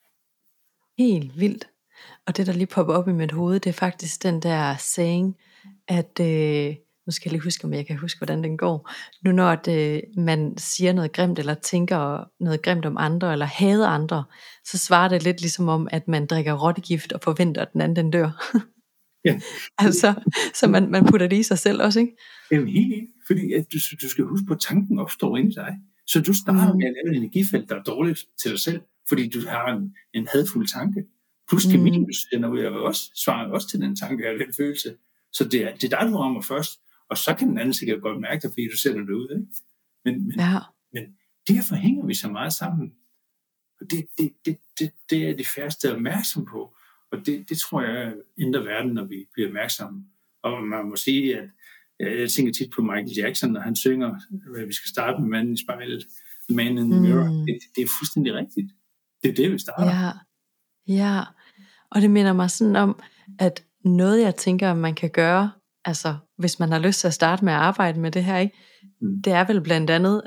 Helt vildt. Og det, der lige popper op i mit hoved, det er faktisk den der saying, at nu skal jeg lige huske, om jeg kan huske, hvordan den går. Nu når man siger noget grimt, eller tænker noget grimt om andre, eller hader andre, så svarer det lidt ligesom om, at man drikker rottegift og forventer, at den anden den dør. Ja. Altså, så man putter det i sig selv også, ikke? Jamen helt enig, fordi at du skal huske på, at tanken opstår inde i dig. Så du starter med at lave et energifelt, der er dårligt til dig selv, fordi du har en hadfuld tanke. Plus kemien, du sender ud, svarer også til den tanke og den følelse. Så det er dig, du rammer først, og så kan den anden sikkert godt mærke dig, fordi du sender det ud. Ikke? Men derfor hænger vi så meget sammen. Og det er de færreste opmærksom på. Og det tror jeg ændrer verden, når vi bliver opmærksomme. Og man må sige, at jeg tænker tit på Michael Jackson, når han synger, at vi skal starte med manden i spejlet, The Man in the Mirror. Det er fuldstændig rigtigt. Det er det, vi starter. Ja, og det minder mig sådan om, at noget jeg tænker, man kan gøre, altså hvis man har lyst til at starte med at arbejde med det her, ikke? Det er vel blandt andet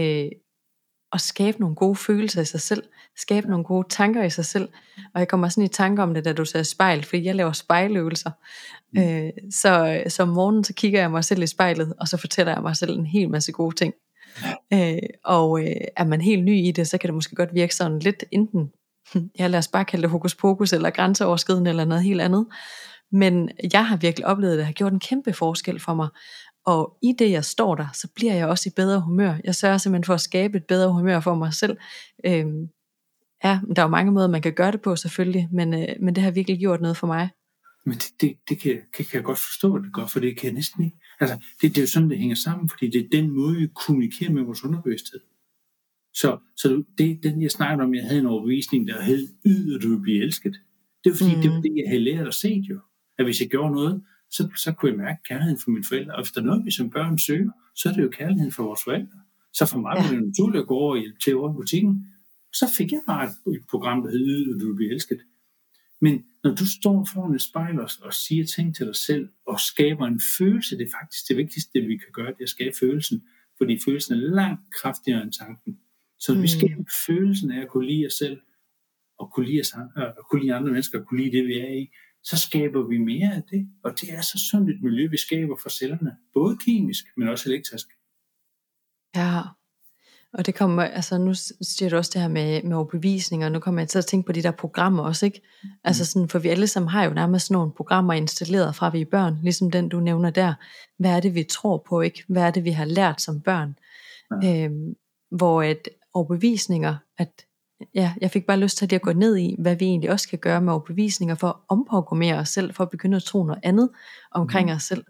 at skabe nogle gode følelser i sig selv, skabe nogle gode tanker i sig selv, og jeg kommer sådan i tanke om det, da du sagde spejl, fordi jeg laver spejløvelser, så om morgenen, så kigger jeg mig selv i spejlet, og så fortæller jeg mig selv en hel masse gode ting, og er man helt ny i det, så kan det måske godt virke sådan lidt enten, lad os bare kalde det hokus pokus, eller grænseoverskridende, eller noget helt andet, men jeg har virkelig oplevet, at det har gjort en kæmpe forskel for mig. Og i det jeg står der, så bliver jeg også i bedre humør. Jeg sørger simpelthen for at skabe et bedre humør for mig selv. Der er jo mange måder man kan gøre det på selvfølgelig, men det har virkelig gjort noget for mig. Men det kan jeg godt forstå det godt, for det kan jeg næsten ikke. Altså det er jo sådan det hænger sammen, fordi det er den måde vi kommunikerer med vores underbevidsthed. Så det den jeg snakkede om, jeg havde en overbevisning der hed at du vil blive elsket. Det er fordi det var det jeg havde lært og set jo, at hvis jeg gjorde noget, så kunne jeg mærke kærligheden for mine forældre. Og hvis der er noget, vi som børn søger, så er det jo kærligheden for vores forældre. Så for mig var det naturligt at gå over og hjælpe til over i butikken. Så fik jeg bare et program, der hed at du vil blive elsket. Men når du står foran et spejl og siger ting til dig selv, og skaber en følelse, det er faktisk det vigtigste, vi kan gøre, det er at skabe følelsen, fordi følelsen er langt kraftigere end tanken. Så vi skaber følelsen af at kunne lide os selv, og kunne lide andre mennesker, og kunne lide det, vi er i, så skaber vi mere af det, og det er så sundt et miljø, vi skaber for cellerne, både kemisk, men også elektrisk. Ja, og det kommer, altså nu siger du også det her med overbevisninger, og nu kommer jeg til at tænke på de der programmer også, ikke? Altså sådan, for vi alle sammen har jo nærmest sådan nogle programmer installeret fra vi er børn, ligesom den du nævner der. Hvad er det vi tror på, ikke? Hvad er det vi har lært som børn? Ja. Hvor at overbevisninger, at jeg fik bare lyst til at gå ned i, hvad vi egentlig også kan gøre med overbevisninger for at omprogrammere os selv, for at begynde at tro noget andet omkring os selv.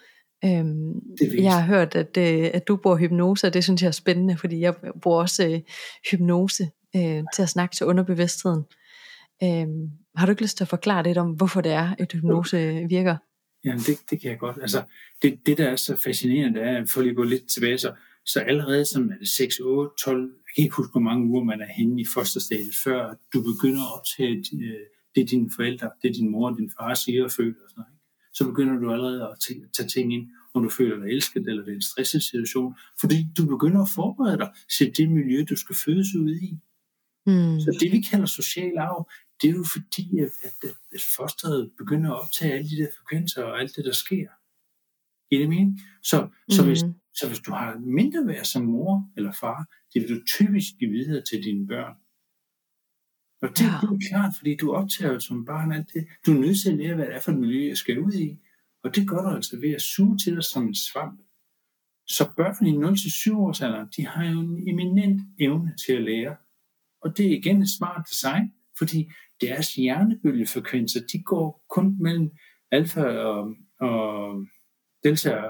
Jeg har hørt, at du bruger hypnose, og det synes jeg er spændende, fordi jeg bruger også hypnose til at snakke til underbevidstheden. Har du ikke lyst til at forklare lidt om, hvorfor det er, at hypnose virker? Jamen det kan jeg godt. Altså, det der er så fascinerende, er, for lige at gå lidt tilbage, så allerede som er det 6, 8, 12, jeg kan ikke huske, hvor mange uger man er henne i fosterstadiet, før du begynder at optage, det er dine forældre, det er din mor og din far siger og føler og sådan noget. Så begynder du allerede at tage ting ind, om du føler dig elsket, eller det er en stresset situation, fordi du begynder at forberede dig til det miljø, du skal fødes ud i. Så det, vi kalder social arv, det er jo fordi, at fosteret begynder at optage alle de der frekvenser og alt det, der sker. I det mening? Så hvis du har mindre værd som mor eller far, det vil du typisk give videre til dine børn. Og det er klart, fordi du optager som barn alt det. Du er nødt til at lære, hvad det er for et miljø, jeg skal ud i. Og det gør du altså ved at suge til dig som en svamp. Så børn i 0-7 års alderen, de har jo en eminent evne til at lære. Og det er igen et smart design, fordi deres hjernebølgefrekvenser, de går kun mellem alfa og delta,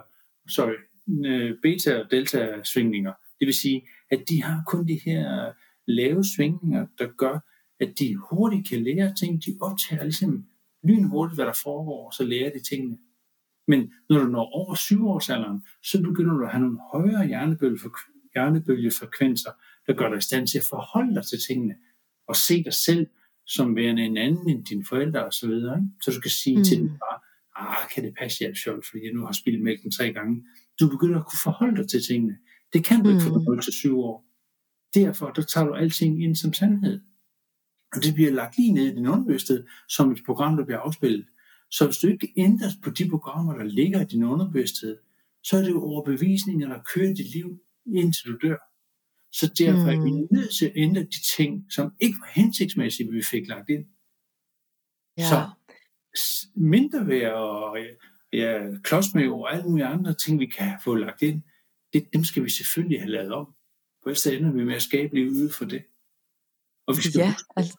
beta og delta svingninger. Det vil sige, at de har kun de her lave svingninger, der gør, at de hurtigt kan lære ting. De optager ligesom lynhurtigt, hvad der foregår, og så lærer de tingene. Men når du når over 7-årsalderen, så begynder du at have nogle højere hjernebølgefrekvenser, der gør dig i stand til at forholde dig til tingene, og se dig selv som værende en anden end dine forældre og så videre. Så du kan sige til din far, kan det passe, jeg er sjovt, fordi jeg nu har spildt mælken 3 gange. Du begynder at kunne forholde dig til tingene. Det kan du ikke for 0-7 år. Derfor, der tager du alting ind som sandhed. Og det bliver lagt lige ned i din underbevidsthed, som et program, der bliver afspillet. Så hvis du ikke ændrer på de programmer, der ligger i din underbevidsthed, så er det jo overbevisninger, der kører dit liv, indtil du dør. Så derfor er vi nødt til at ændre de ting, som ikke var hensigtsmæssige, vi fik lagt ind. Ja. Så mindre værd og klodsmæv og alle mulige andre ting, vi kan få lagt ind, dem skal vi selvfølgelig have lavet om. For ellers ender vi med at skabe liv ude for det. Og vi skal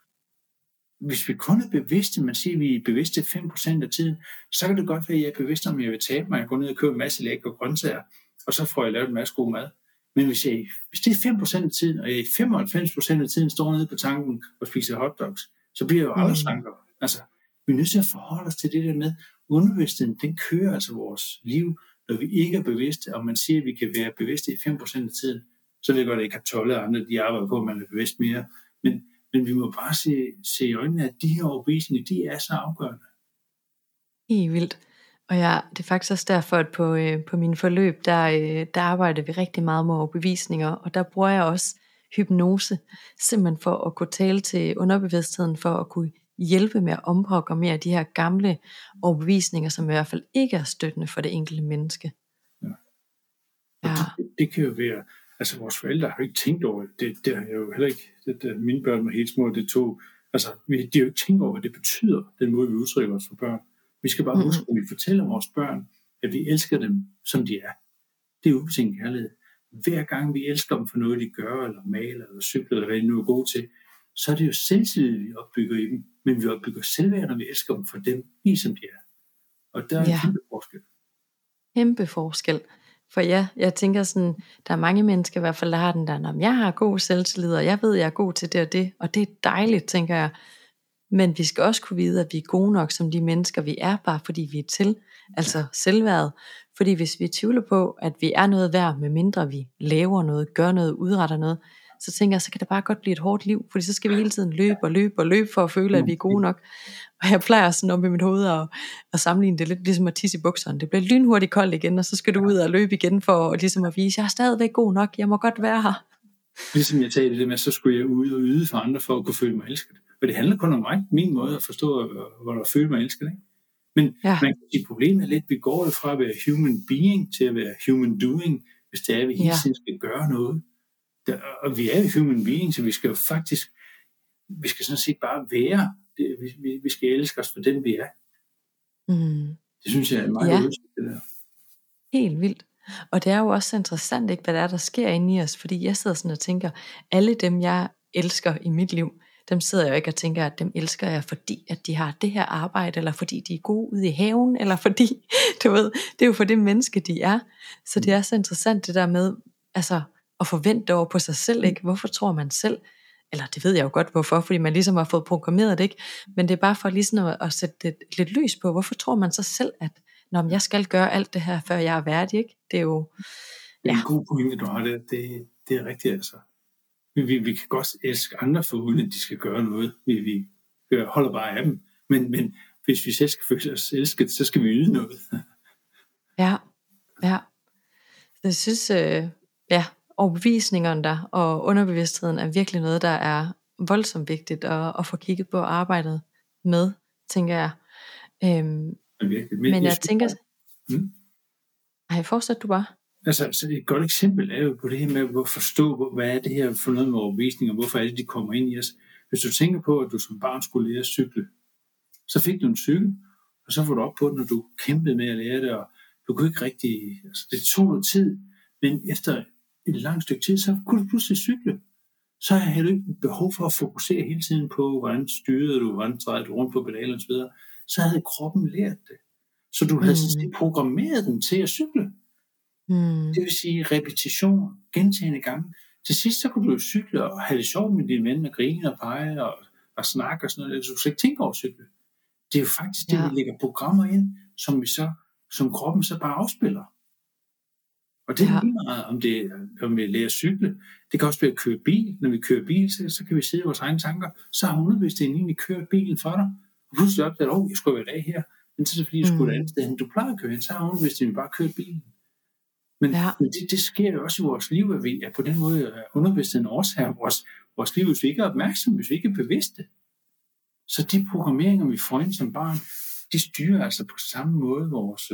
hvis vi kun er bevidste, man siger, at vi er bevidste 5% af tiden, så kan det godt være, at jeg er bevidst om, at jeg vil tabe mig. Jeg går ned og køber en masse lækker grøntsager, og så får jeg lavet en masse god mad. Men hvis det er 5% af tiden, og jeg 95% af tiden står nede på tanken og spiser hotdogs, så bliver jeg jo aldrig slankere. Altså, vi er nødt til at forholde os til det der med, underbevidstheden, den kører altså vores liv, når vi ikke er bevidste, og man siger, at vi kan være bevidste i 5% af tiden, så ved jeg godt, at jeg ikke har 12 andre, de arbejder på, at man er bevidst mere. Men vi må bare se i øjnene, at de her overbevisninger, de er så afgørende. Helt vildt. Og det er faktisk også derfor, at på mine forløb, der arbejder vi rigtig meget med overbevisninger, og der bruger jeg også hypnose, simpelthen for at kunne tale til underbevidstheden, for at kunne hjælpe med at omprogrammere de her gamle overbevisninger, som i hvert fald ikke er støttende for det enkelte menneske. Ja. Det kan jo være, altså vores forældre har jo ikke tænkt over det. Det har jeg jo heller ikke. Mine børn var helt små, de har jo ikke tænkt over, hvad det betyder, den måde vi udtrykker os for børn. Vi skal bare huske, at vi fortæller vores børn, at vi elsker dem, som de er. Det er ubetinget kærlighed. Hver gang vi elsker dem for noget, de gør, eller maler, eller cykler, eller hvad de nu er gode til, så er det jo selvtillid, vi opbygger i dem. Men vi opbygger selvværd, når vi elsker dem for dem, ligesom de er. Og der er en kæmpe forskel. Kæmpe forskel. For jeg tænker sådan, der er mange mennesker i hvert fald, der har den der, jeg har god selvtillid, og jeg ved, jeg er god til det, og det er dejligt, tænker jeg. Men vi skal også kunne vide, at vi er gode nok som de mennesker, vi er, bare fordi vi er til, altså selvværdet. Fordi hvis vi tvivler på, at vi er noget værd, med mindre vi laver noget, gør noget, udretter noget, så tænker jeg, så kan det bare godt blive et hårdt liv, fordi så skal vi hele tiden løbe for at føle, at vi er gode nok. Og jeg plejer sådan om i mit hoved at sammenligne det lidt ligesom at tisse i bukserne. Det bliver lynhurtigt koldt igen, og så skal du ud og løbe igen for ligesom at vise, jeg er stadigvæk god nok, jeg må godt være her. Ligesom jeg talte det med, så skulle jeg ud og yde for andre for at kunne føle mig elsket. Og det handler kun om mig, min måde at forstå, hvor der føle mig elsket. Ikke? Men man kan sige, problemet er lidt, vi går fra at være human being til at være human doing, hvis det er, at vi hele tiden skal gøre noget. Og vi er jo human being, så vi skal jo faktisk, vi skal sådan set bare være. Vi skal elske os for den, vi er. Det synes jeg er meget udsigt, det der. Helt vildt. Og det er jo også interessant, ikke, hvad der sker inde i os, fordi jeg sidder sådan og tænker, alle dem jeg elsker i mit liv, dem sidder jeg jo ikke og tænker, at dem elsker jeg, fordi at de har det her arbejde, eller fordi de er gode ude i haven, eller fordi, du ved, det er jo for det menneske, de er. Så det er så interessant det der med, altså at forvente over på sig selv, ikke? Hvorfor tror man selv, eller det ved jeg jo godt hvorfor, fordi man ligesom har fået programmeret det, ikke? Men det er bare for ligesom at sætte lidt lys på, hvorfor tror man så selv, at når jeg skal gøre alt det her, før jeg er værdig, ikke? Det er jo... Det er en god pointe, du har det. Det er rigtigt, altså. Vi kan godt elske andre for, uden at de skal gøre noget. Vi holder bare af dem. Men hvis vi selv skal føle os elsket, så skal vi yde noget. Ja. Jeg synes, overbevisningerne der og underbevidstheden er virkelig noget, der er voldsomt vigtigt at få kigget på og arbejdet med, tænker jeg. Men jeg tænker... fortsæt du bare. Altså, så et godt eksempel er jo på det her med at forstå, hvad er det her for noget med overbevisning, og hvorfor er det, de kommer ind i os. Hvis du tænker på, at du som barn skulle lære at cykle, så fik du en cykel, og så får du op på den, når du kæmpede med at lære det, og du kunne ikke rigtig... Altså, det tog noget tid, men efter et langt stykke tid, så kunne du pludselig cykle. Så havde du ikke behov for at fokusere hele tiden på, hvordan styrede du, hvordan drejede du rundt på pedalen osv. Så havde kroppen lært det. Så du havde programmeret den til at cykle. Det vil sige repetition, gentagne gange. Til sidst så kunne du cykle og have det sjovt med dine venner, grine og pege og snakke og sådan noget. Du skal ikke tænke over at cykle. Det er jo faktisk det, vi lægger programmer ind, som kroppen så bare afspiller. Og det er lige meget, om vi lærer at cykle. Det kan også være at køre bil. Når vi kører bil, så kan vi sidde i vores egne tanker. Så har underbevidstheden egentlig kørt bilen for dig. Og pludselig opdager jeg skulle være her. Men så er det fordi, jeg skulle et andet sted, end du plejer at køre hen. Så har underbevidstheden bare kørt bilen. Men det sker jo også i vores liv, at vi er på den måde underbevidstheden årsager vores liv, hvis vi ikke er opmærksomme, hvis vi ikke er bevidste. Så de programmeringer, vi får ind som barn, de styrer altså på samme måde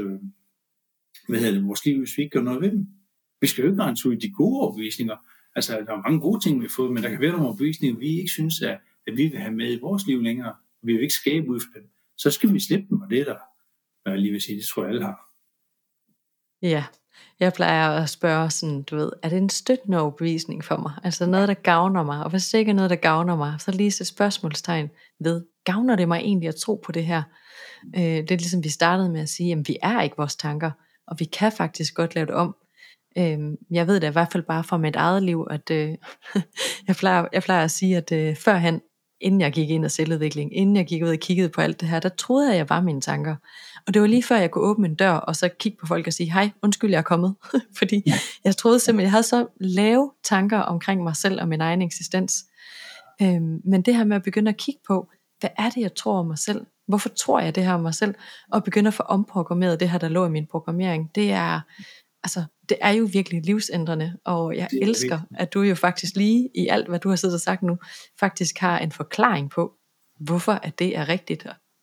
vores liv, hvis vi ikke gør noget ved dem. Vi skal jo ikke rense ud de gode overbevisninger. Altså, der er mange gode ting, vi har fået, men der kan være nogle overbevisninger, vi ikke synes, at vi vil have med i vores liv længere. Vi vil ikke skabe ud for dem. Så skal vi slippe dem, og det er der, hvad jeg lige vil sige, det tror jeg alle har. Ja, jeg plejer at spørge sådan, du ved, er det en støttende overbevisning for mig? Altså noget, der gavner mig. Og hvis det ikke er noget, der gavner mig, så lige et spørgsmålstegn ved, gavner det mig egentlig at tro på det her? Det er ligesom vi startede med at sige, at vi er ikke vores tanker, og vi kan faktisk godt lave det om. Jeg ved det i hvert fald bare fra mit eget liv, at jeg plejer at sige, at førhen, inden jeg gik ind i selvudvikling, inden jeg gik ud og kiggede på alt det her, der troede jeg var mine tanker. Og det var lige før jeg kunne åbne en dør, og så kigge på folk og sige, hej, undskyld, jeg er kommet. Fordi jeg troede simpelthen, jeg havde så lave tanker omkring mig selv og min egen eksistens. Men det her med at begynde at kigge på, hvad er det, jeg tror om mig selv? Hvorfor tror jeg det her om mig selv? Og begynde at få omprogrammeret det her, der lå i min programmering. Det er jo virkelig livsændrende, og jeg elsker, at du jo faktisk lige i alt, hvad du har siddet og sagt nu, faktisk har en forklaring på, hvorfor at det er rigtigt.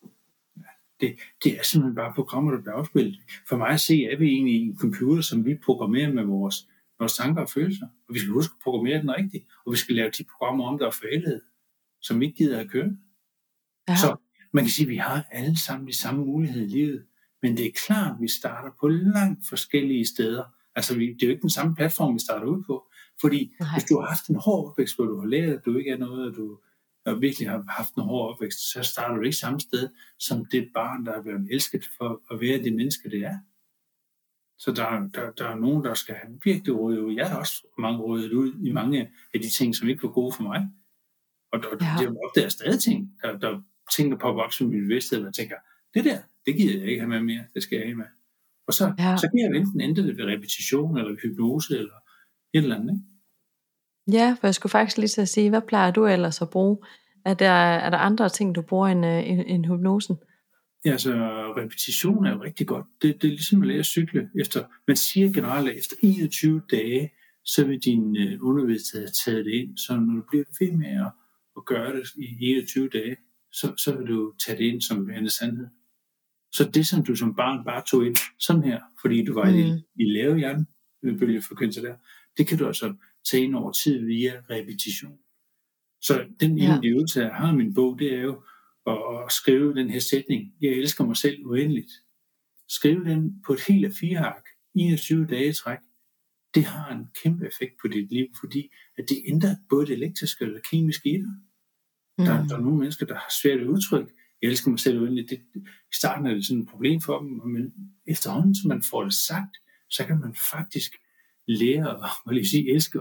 Det er simpelthen bare programmer, der bliver afspillet. For mig at se, er vi egentlig en computer, som vi programmerer med vores tanker og følelser. Og vi skal huske at programmere den rigtigt, og vi skal lave de programmer om, der er forældet, som vi ikke gider at køre. Ja. Så man kan sige, at vi har alle sammen de samme muligheder i livet, men det er klart, at vi starter på langt forskellige steder. Altså, det er jo ikke den samme platform, vi starter ud på. Fordi hvis du har haft en hård opvækst, hvor du har lært, at du ikke er noget, at du virkelig har haft en hård opvækst, så starter du ikke samme sted, som det barn, der er blevet elsket for at være det menneske, det er. Så der er nogen, der skal have virkelig rådet ud. Jeg har også mange rådet ud i mange af de ting, som ikke var gode for mig. Og det opdager stadig ting, der tænker på op som min bevidsthed, og jeg tænker, det gider jeg ikke have med mere, det skal jeg have med. Og så kan jeg enten ændre det ved repetition, eller hypnose, eller et eller andet, ikke? Ja, for jeg skulle faktisk lige til at sige, hvad plejer du ellers at bruge? Er der andre ting, du bruger end hypnosen? Ja, altså repetition er jo rigtig godt. Det er ligesom at lære at cykle. Man siger generelt, at efter 21 dage, så vil din underbevidsthed have taget det ind. Så når du bliver ved med at gøre det i 21 dage, så vil du tage det ind som værende sandhed. Så det, som du som barn bare tog ind sådan her, fordi du var i lave hjernebølgefrekvenser der, det kan du altså tage ind over tid via repetition. Så den ene øvelse, jeg har i min bog, det er jo at skrive den her sætning: jeg elsker mig selv uendeligt. Skrive den på et helt A4-ark, 21 dage i træk. Det har en kæmpe effekt på dit liv, fordi at det ændrer både det elektriske og det kemiske i dig. Der er nogle mennesker, der har svært at udtrykke, jeg elsker mig selv uendeligt. I starten er det sådan et problem for dem, men efterhånden, som man får det sagt, så kan man faktisk lære at elske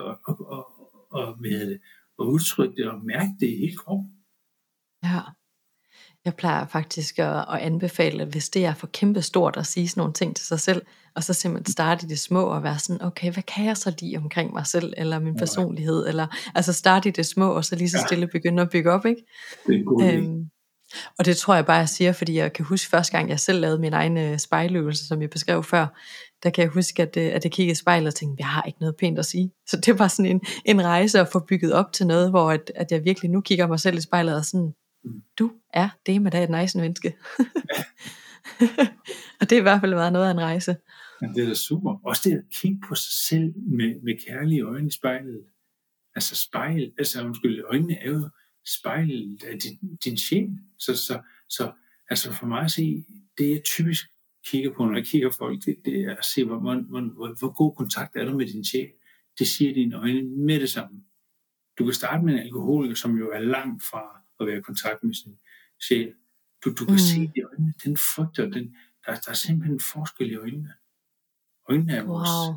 og udtrykke det og mærke det i hele kroppen. Ja. Jeg plejer faktisk at anbefale, at hvis det er for kæmpestort at sige sådan nogle ting til sig selv, og så simpelthen starte i det små og være sådan, okay, hvad kan jeg så lide omkring mig selv, eller min personlighed, eller altså starte i det små, og så lige så stille begynde at bygge op, ikke? Det er en god idé. Og det tror jeg bare, jeg siger, fordi jeg kan huske første gang, jeg selv lavede min egen spejløvelse, som jeg beskrev før, der kan jeg huske, at jeg kiggede i spejlet og tænkte, jeg har ikke noget pænt at sige. Så det var sådan en rejse at få bygget op til noget, hvor at jeg virkelig nu kigger mig selv i spejlet og sådan, du er det med et nice menneske. Og det er i hvert fald været noget af en rejse. Ja, det er da super. Også det at kigge på sig selv med kærlige øjne i spejlet. Øjnene er jo spejlet af din sjæl. Så altså for mig at se, det jeg typisk kigger på, når jeg kigger på folk, det er at se, hvor god kontakt er der med din sjæl. Det siger dine øjne med det samme. Du kan starte med en alkoholiker, som jo er langt fra at være i kontakt med sin sjæl. Du kan se i øjnene, den frygter, der er simpelthen en forskel i øjnene. Øjnene er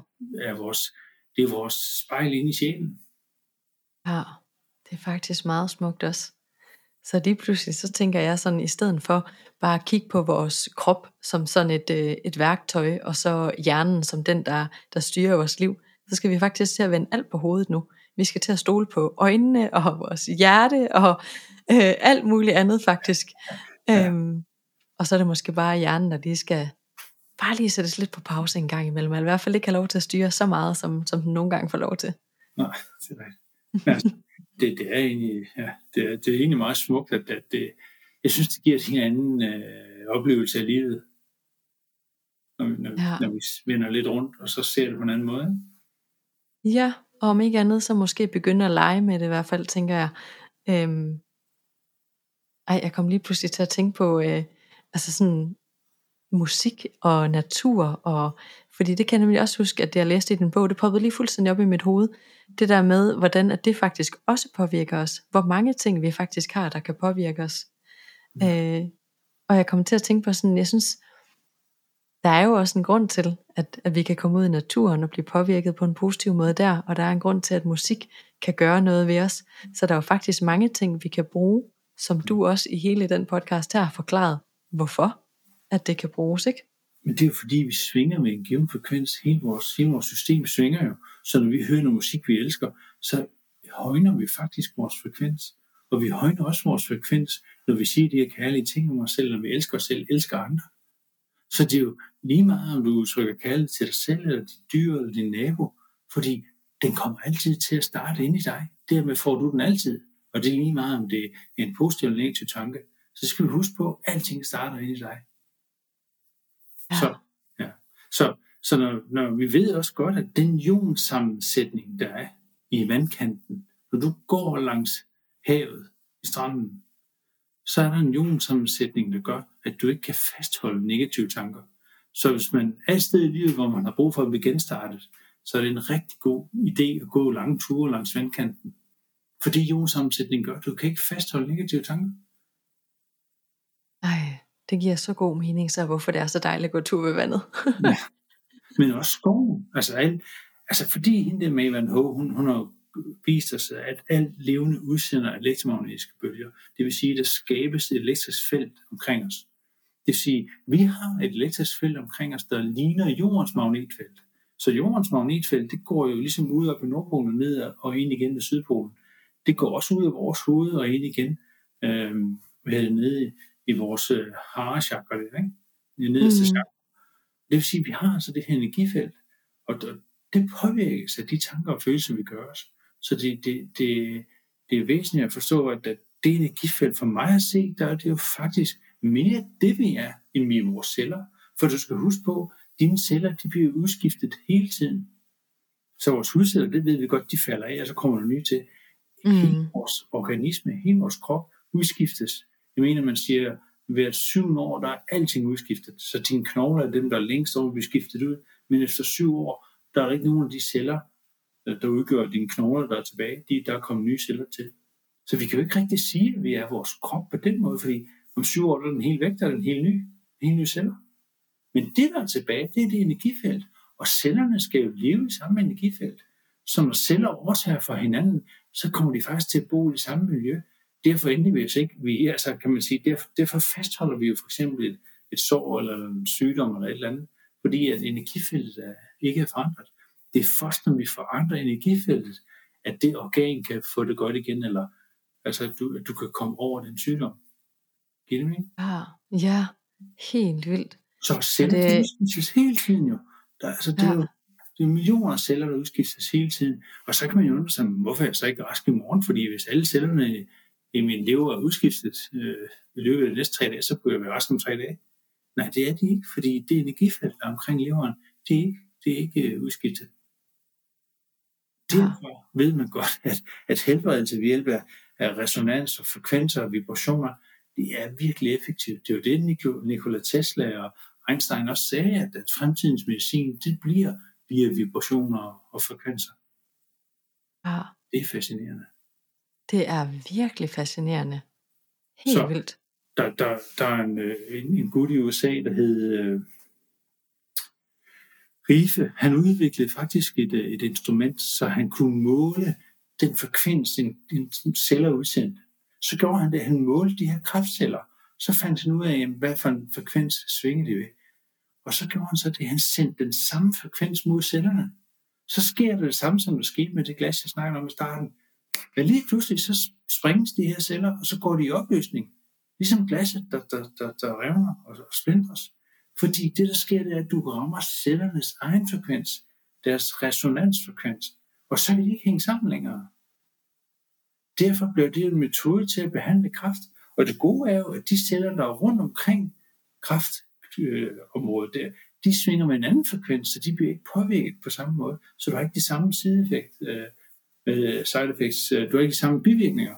vores spejl inde i sjælen. Ja, det er faktisk meget smukt også. Så lige pludselig, så tænker jeg sådan, i stedet for bare at kigge på vores krop som sådan et værktøj, og så hjernen som den, der styrer vores liv, så skal vi faktisk til at vende alt på hovedet nu. Vi skal til at stole på øjnene, og vores hjerte, og alt muligt andet faktisk. Ja. Og så er det måske bare hjernen, der lige skal bare lige sættes lidt på pause en gang imellem, eller i hvert fald ikke have lov til at styre så meget, som den nogle gange får lov til. Nej, det er rigtigt. Altså, det er egentlig meget smukt, at jeg synes, det giver en anden oplevelse af livet, når vi vender lidt rundt, og så ser det på en anden måde. Ja, og om ikke andet, så måske begynde at lege med det i hvert fald, tænker jeg. Jeg kom lige pludselig til at tænke på, altså sådan musik og natur, og fordi det kan jeg nemlig også huske, at det jeg læste i din bog, det poppede lige fuldstændig op i mit hoved, det der med, hvordan at det faktisk også påvirker os, hvor mange ting vi faktisk har, der kan påvirke os. Og jeg kom til at tænke på sådan, jeg synes, der er jo også en grund til, at vi kan komme ud i naturen og blive påvirket på en positiv måde der, og der er en grund til, at musik kan gøre noget ved os, så der er jo faktisk mange ting, vi kan bruge, som du også i hele den podcast her har forklaret, hvorfor at det kan bruges, ikke? Men det er jo fordi, vi svinger med en given frekvens. Hele vores system svinger jo. Så når vi hører noget musik, vi elsker, så højner vi faktisk vores frekvens. Og vi højner også vores frekvens, når vi siger de her kærlige ting om os selv, når vi elsker os selv, elsker andre. Så det er jo lige meget, om du udtrykker kærlighed til dig selv, eller dit dyr, eller din nabo. Fordi den kommer altid til at starte inde i dig. Dermed får du den altid. Og det er lige meget, om det er en positiv eller negativ tanke. Så skal vi huske på, at alting starter inde i dig. Ja. Så når vi ved også godt, at den ionsammensætning, der er i vandkanten, når du går langs havet i stranden, så er der en ionsammensætning, der gør, at du ikke kan fastholde negative tanker. Så hvis man er et sted i livet, hvor man har brug for at blive genstartet, så er det en rigtig god idé at gå lange ture langs vandkanten. Fordi ionsammensætningen gør, at du kan ikke fastholde negative tanker. Ej, det giver så god mening, så hvorfor det er så dejligt at gå tur ved vandet. Ja. Men også skoven. Altså fordi hende der med Van Ho, hun har vist os, at alt levende udsender elektromagnetiske bølger. Det vil sige, at der skabes et elektrisk felt omkring os. Det vil sige, at vi har et elektrisk felt omkring os, der ligner jordens magnetfelt. Så jordens magnetfelt, det går jo ligesom ud op ved Nordpolen og ned og ind igen ved Sydpolen. Det går også ud af vores hoved og ind igen nede i vores harechakra, ikke? Det nederste chakra. Det vil sige, at vi har altså det her energifelt, og det påvirkes af de tanker og følelser, vi gør os. Så det er væsentligt at forstå, at det energifelt for mig at se, der er det jo faktisk mere det, vi er, end vi er vores celler. For du skal huske på, dine celler, de bliver udskiftet hele tiden. Så vores hudceller, det ved vi godt, de falder af, og så kommer der nye til. Hele vores organisme, hele vores krop udskiftes. Jeg mener, man siger, hvert 7 år, der er alting udskiftet. Så dine knogler er dem, der er længst over, bliver skiftet ud. Men efter 7 år, der er ikke nogen af de celler, der udgør dine knogler, der er tilbage. Der er kommet nye celler til. Så vi kan jo ikke rigtig sige, at vi er vores krop på den måde, fordi om 7 år, der er den helt væk, der er den helt nye celler. Men det, der er tilbage, det er det energifelt. Og cellerne skal jo leve i samme energifelt. Så når celler overtager for hinanden, så kommer de faktisk til at bo i det samme miljø. Derfor endelig vi ikke. Kan man sige, derfor fastholder vi jo for eksempel et sår eller en sygdom eller et eller andet, fordi at energifeltet ikke er forandret. Det er først, når vi forandrer energifeltet, at det organ kan få det godt igen, eller altså at du kan komme over den sygdom. Giver det mening? Ja, helt vildt. Så celler udskiftes hele tiden jo. Det er millioner af celler, der udskiftes hele tiden. Og så kan man jo undre sig, hvorfor er jeg så ikke rask i morgen? Fordi hvis alle cellerne i min lever er udskiftet i løbet af de næste 3 dage, så kunne jeg være rask om 3 dage. Nej, det er de ikke, fordi det energifelt, der er omkring leveren, det er ikke udskiftet. Derfor ved man godt, at helbredelse ved hjælp af resonans og frekvenser og vibrationer, det er virkelig effektivt. Det er jo det, Nikola Tesla og Einstein også sagde, at fremtidens medicin, det bliver via vibrationer og frekvenser. Ja. Det er fascinerende. Det er virkelig fascinerende. Helt vildt. Der er en gut i USA, der hed Rife. Han udviklede faktisk et instrument, så han kunne måle den frekvens, en celler udsendte. Så gjorde han det, han målte de her kræftceller. Så fandt han ud af, hvad for en frekvens svinger de ved. Og så gjorde han så det, han sendte den samme frekvens mod cellerne. Så sker det samme, som der skete med det glas, jeg snakkede om i starten. Men lige pludselig, så sprænges de her celler, og så går de i opløsning. Ligesom glasset, der revner og splindres. Fordi det, der sker, det er, at du rammer cellernes egen frekvens, deres resonansfrekvens, og så vil de ikke hænge sammen længere. Derfor bliver det en metode til at behandle kræft. Og det gode er jo, at de celler, der er rundt omkring kræftområdet der, de svinger med en anden frekvens, så de bliver ikke påvirket på samme måde. Så du har ikke de samme side effects, du har ikke de samme bivirkninger.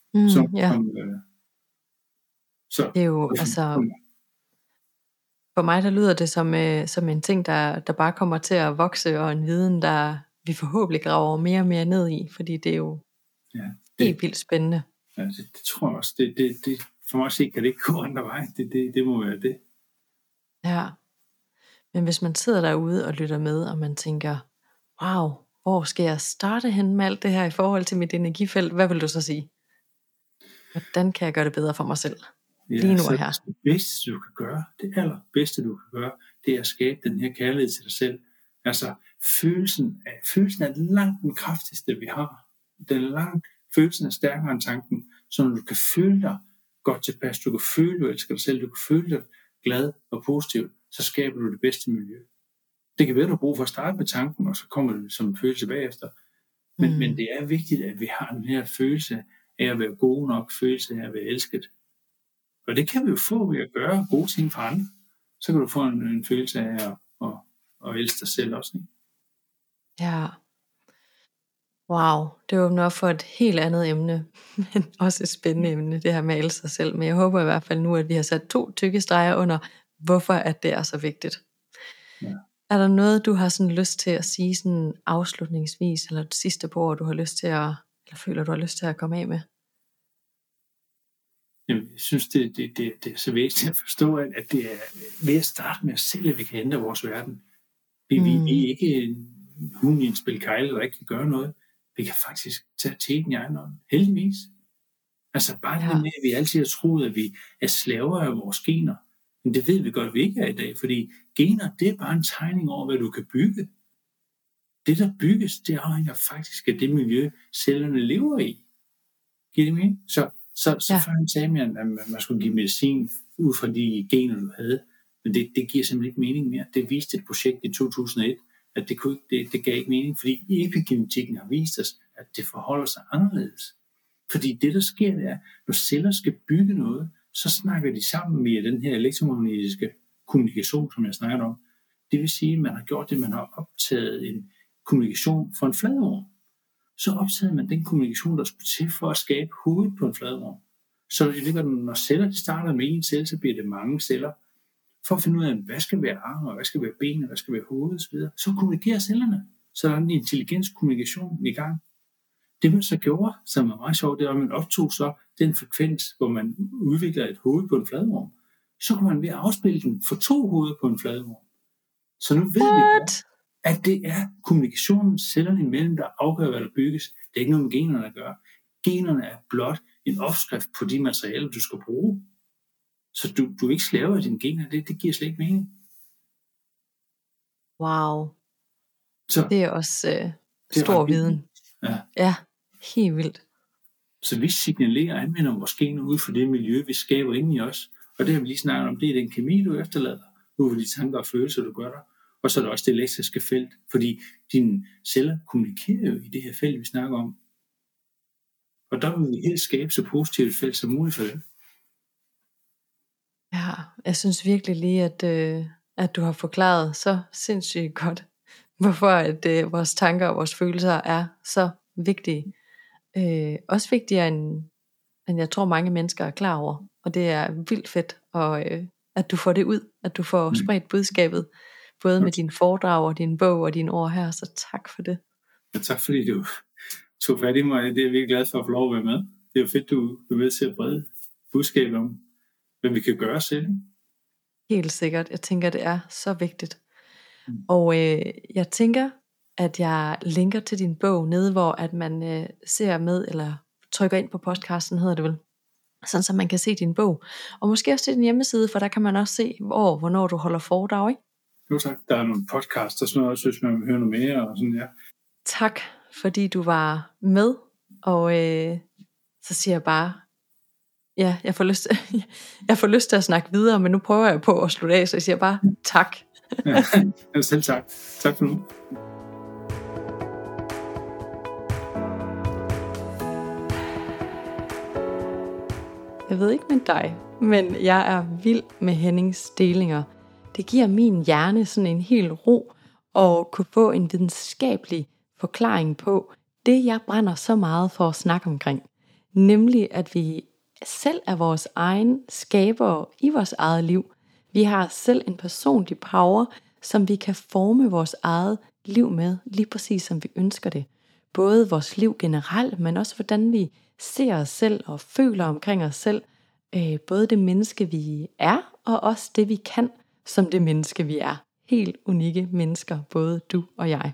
Så det er jo, altså, for mig der lyder det som en ting, der bare kommer til at vokse, og en viden, der vi forhåbentlig graver mere og mere ned i, fordi det er jo helt vildt spændende. Ja, det tror jeg også. Det, for mig at se, kan det ikke gå andre vej. Det må være det. Ja. Men hvis man sidder derude og lytter med, og man tænker, wow, hvor skal jeg starte hen med alt det her i forhold til mit energifelt? Hvad vil du så sige? Hvordan kan jeg gøre det bedre for mig selv? Lige nu og her. Det bedste du kan gøre, det allerbedste du kan gøre, det er at skabe den her kærlighed til dig selv. Altså følelsen er langt den kraftigste vi har. Følelsen er stærkere end tanken, så når du kan føle dig godt tilpas, du kan føle, du elsker dig selv, du kan føle dig glad og positiv, så skaber du det bedste miljø. Det kan være, du har brug for at starte med tanken, og så kommer det som en følelse bagefter. Men det er vigtigt, at vi har den her følelse af at være god nok, følelse af at være elsket. Og det kan vi jo få ved at gøre gode ting for andre. Så kan du få en følelse af at elske dig selv også. Ikke? Ja. Wow, det åbner op for et helt andet emne, men også et spændende emne, det her med at elske sig selv. Men jeg håber i hvert fald nu, at vi har sat 2 tykke streger under, hvorfor at det er så vigtigt. Ja. Er der noget, du har sådan lyst til at sige sådan afslutningsvis, eller det sidste på ord, du har lyst til at, eller føler, du har lyst til at komme af med? Jamen, jeg synes, det er så væsentligt at forstå, at det er ved at starte med os selv, at vi kan ændre vores verden. Vi er ikke en hund i en spil kejle, der ikke kan gøre noget. Vi kan faktisk tage teten i egen hånd. Heldigvis. Altså bare det med, at vi altid har troet, at vi er slaver af vores gener. Men det ved vi godt, at vi ikke er i dag, fordi gener, det er bare en tegning over, hvad du kan bygge. det, der bygges, det afhænger faktisk af det miljø, cellerne lever i. Giver det mening? Så før sagde man, at man skulle give medicin ud fra de gener, du havde. Men det giver simpelthen ikke mening mere. Det viste et projekt i 2001, at det gav ikke mening, fordi epigenetikken har vist os, at det forholder sig anderledes. Fordi det, der sker, det er, når celler skal bygge noget, så snakker de sammen via den her elektromagnetiske kommunikation, som jeg snakker om. Det vil sige, at man har gjort det, man har optaget en kommunikation for en fladorm. Så optager man den kommunikation, der skulle til for at skabe hovedet på en fladorm. Så når celler starter med en celle, så bliver det mange celler. For at finde ud af, hvad skal være arme, hvad skal være ben, hvad skal være hoved osv., så kommunikerer cellerne. Så der er en intelligens kommunikation i gang. Det man så gjorde, som er meget sjovt, det var, at man optog så den frekvens, hvor man udvikler et hoved på en fladorm. Så kunne man ved at afspille den for 2 hoveder på en fladorm. Så nu ved vi godt, at det er kommunikationen cellerne imellem, der afgør, hvad der bygges. Det er ikke noget med generne at gøre. Generne er blot en opskrift på de materialer, du skal bruge. Så du er ikke slave af dine gener. Det giver slet ikke mening. Wow. Så, det er også stor viden. Ja, helt vildt. Så vi signalerer og anvender vores gener ud for det miljø, vi skaber inde i os. Og det har vi lige snakket om, det er den kemi, du efterlader, ud for de tanker og følelser, du gør der. Og så er der også det elektriske felt, fordi dine celler kommunikerer jo i det her felt, vi snakker om. Og der vil vi helt skabe så positivt et felt som muligt for det. Ja, jeg synes virkelig lige, at du har forklaret så sindssygt godt, hvorfor at vores tanker og vores følelser er så vigtige. Også vigtigere end jeg tror mange mennesker er klar over. Og det er vildt fedt, og at du får det ud, at du får spredt budskabet, både med dine foredrag og din bog og dine ord her, så tak for det. Ja, tak fordi du tog fat i mig. Det er jeg virkelig glad for at få lov at være med. Det er jo fedt, du er med til at brede budskabet om, hvad vi kan gøre selv. Helt sikkert. Jeg tænker, det er så vigtigt. Og jeg tænker, at jeg linker til din bog nede, hvor at man ser med, eller trykker ind på podcasten, hedder det vel, sådan så man kan se din bog. Og måske også til din hjemmeside, for der kan man også se, hvornår du holder foredrag, ikke? Jo tak, der er nogle podcasts, og sådan noget, også hvis man vil høre noget mere, og sådan, ja. Tak, fordi du var med, og så siger jeg bare, ja, jeg får lyst til at snakke videre, men nu prøver jeg på at slutte af, så jeg siger bare tak. Ja, selv tak. Tak for nu. Jeg ved ikke med dig, men jeg er vild med Hennings delinger. Det giver min hjerne sådan en hel ro, og kunne få en videnskabelig forklaring på det, jeg brænder så meget for at snakke omkring. Nemlig, at vi selv er vores egen skabere i vores eget liv. Vi har selv en personlig power, som vi kan forme vores eget liv med, lige præcis som vi ønsker det. Både vores liv generelt, men også hvordan vi ser os selv og føler omkring os selv. Både det menneske, vi er, og også det, vi kan, som det menneske, vi er. Helt unikke mennesker, både du og jeg.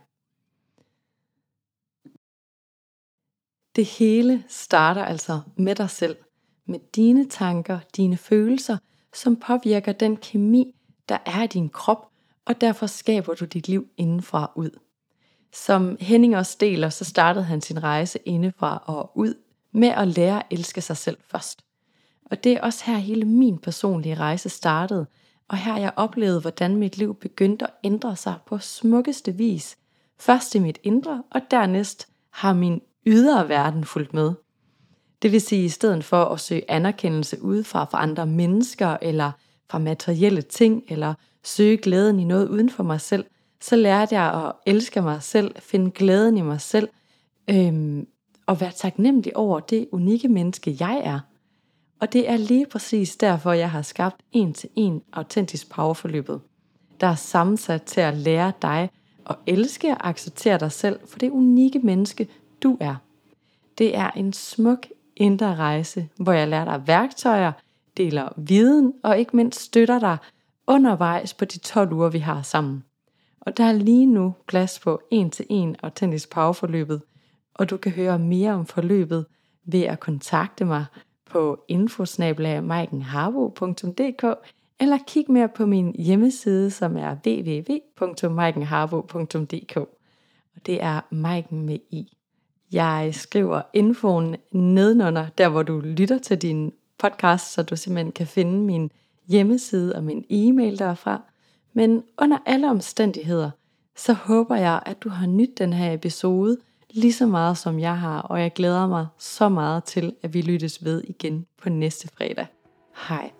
Det hele starter altså med dig selv, med dine tanker, dine følelser, som påvirker den kemi, der er i din krop, og derfor skaber du dit liv indenfra ud. Som Henning også deler, så startede han sin rejse indefra og ud med at lære at elske sig selv først. Og det er også her hele min personlige rejse startede, og her jeg oplevede, hvordan mit liv begyndte at ændre sig på smukkeste vis. Først i mit indre, og dernæst har min ydre verden fulgt med. Det vil sige, i stedet for at søge anerkendelse udefra fra andre mennesker, eller fra materielle ting, eller søge glæden i noget uden for mig selv, så lærte jeg at elske mig selv, finde glæden i mig selv, og være taknemmelig over det unikke menneske, jeg er. Og det er lige præcis derfor, jeg har skabt 1-til-1 autentisk powerforløbet, der er sammensat til at lære dig at elske og acceptere dig selv for det unikke menneske, du er. Det er en smuk indre rejse, hvor jeg lærer dig værktøjer, deler viden og ikke mindst støtter dig undervejs på de 12 uger, vi har sammen. Og der er lige nu plads på 1-til-1 autentisk powerforløbet, og du kan høre mere om forløbet ved at kontakte mig på info@maikenharbo.dk eller kig mere på min hjemmeside, som er www.maikenharbo.dk. og det er Maiken med I. Jeg skriver infoen nedenunder, der hvor du lytter til din podcast, så du simpelthen kan finde min hjemmeside og min e-mail derfra. Men under alle omstændigheder, så håber jeg, at du har nydt den her episode lige så meget som jeg har, og jeg glæder mig så meget til, at vi lyttes ved igen på næste fredag. Hej.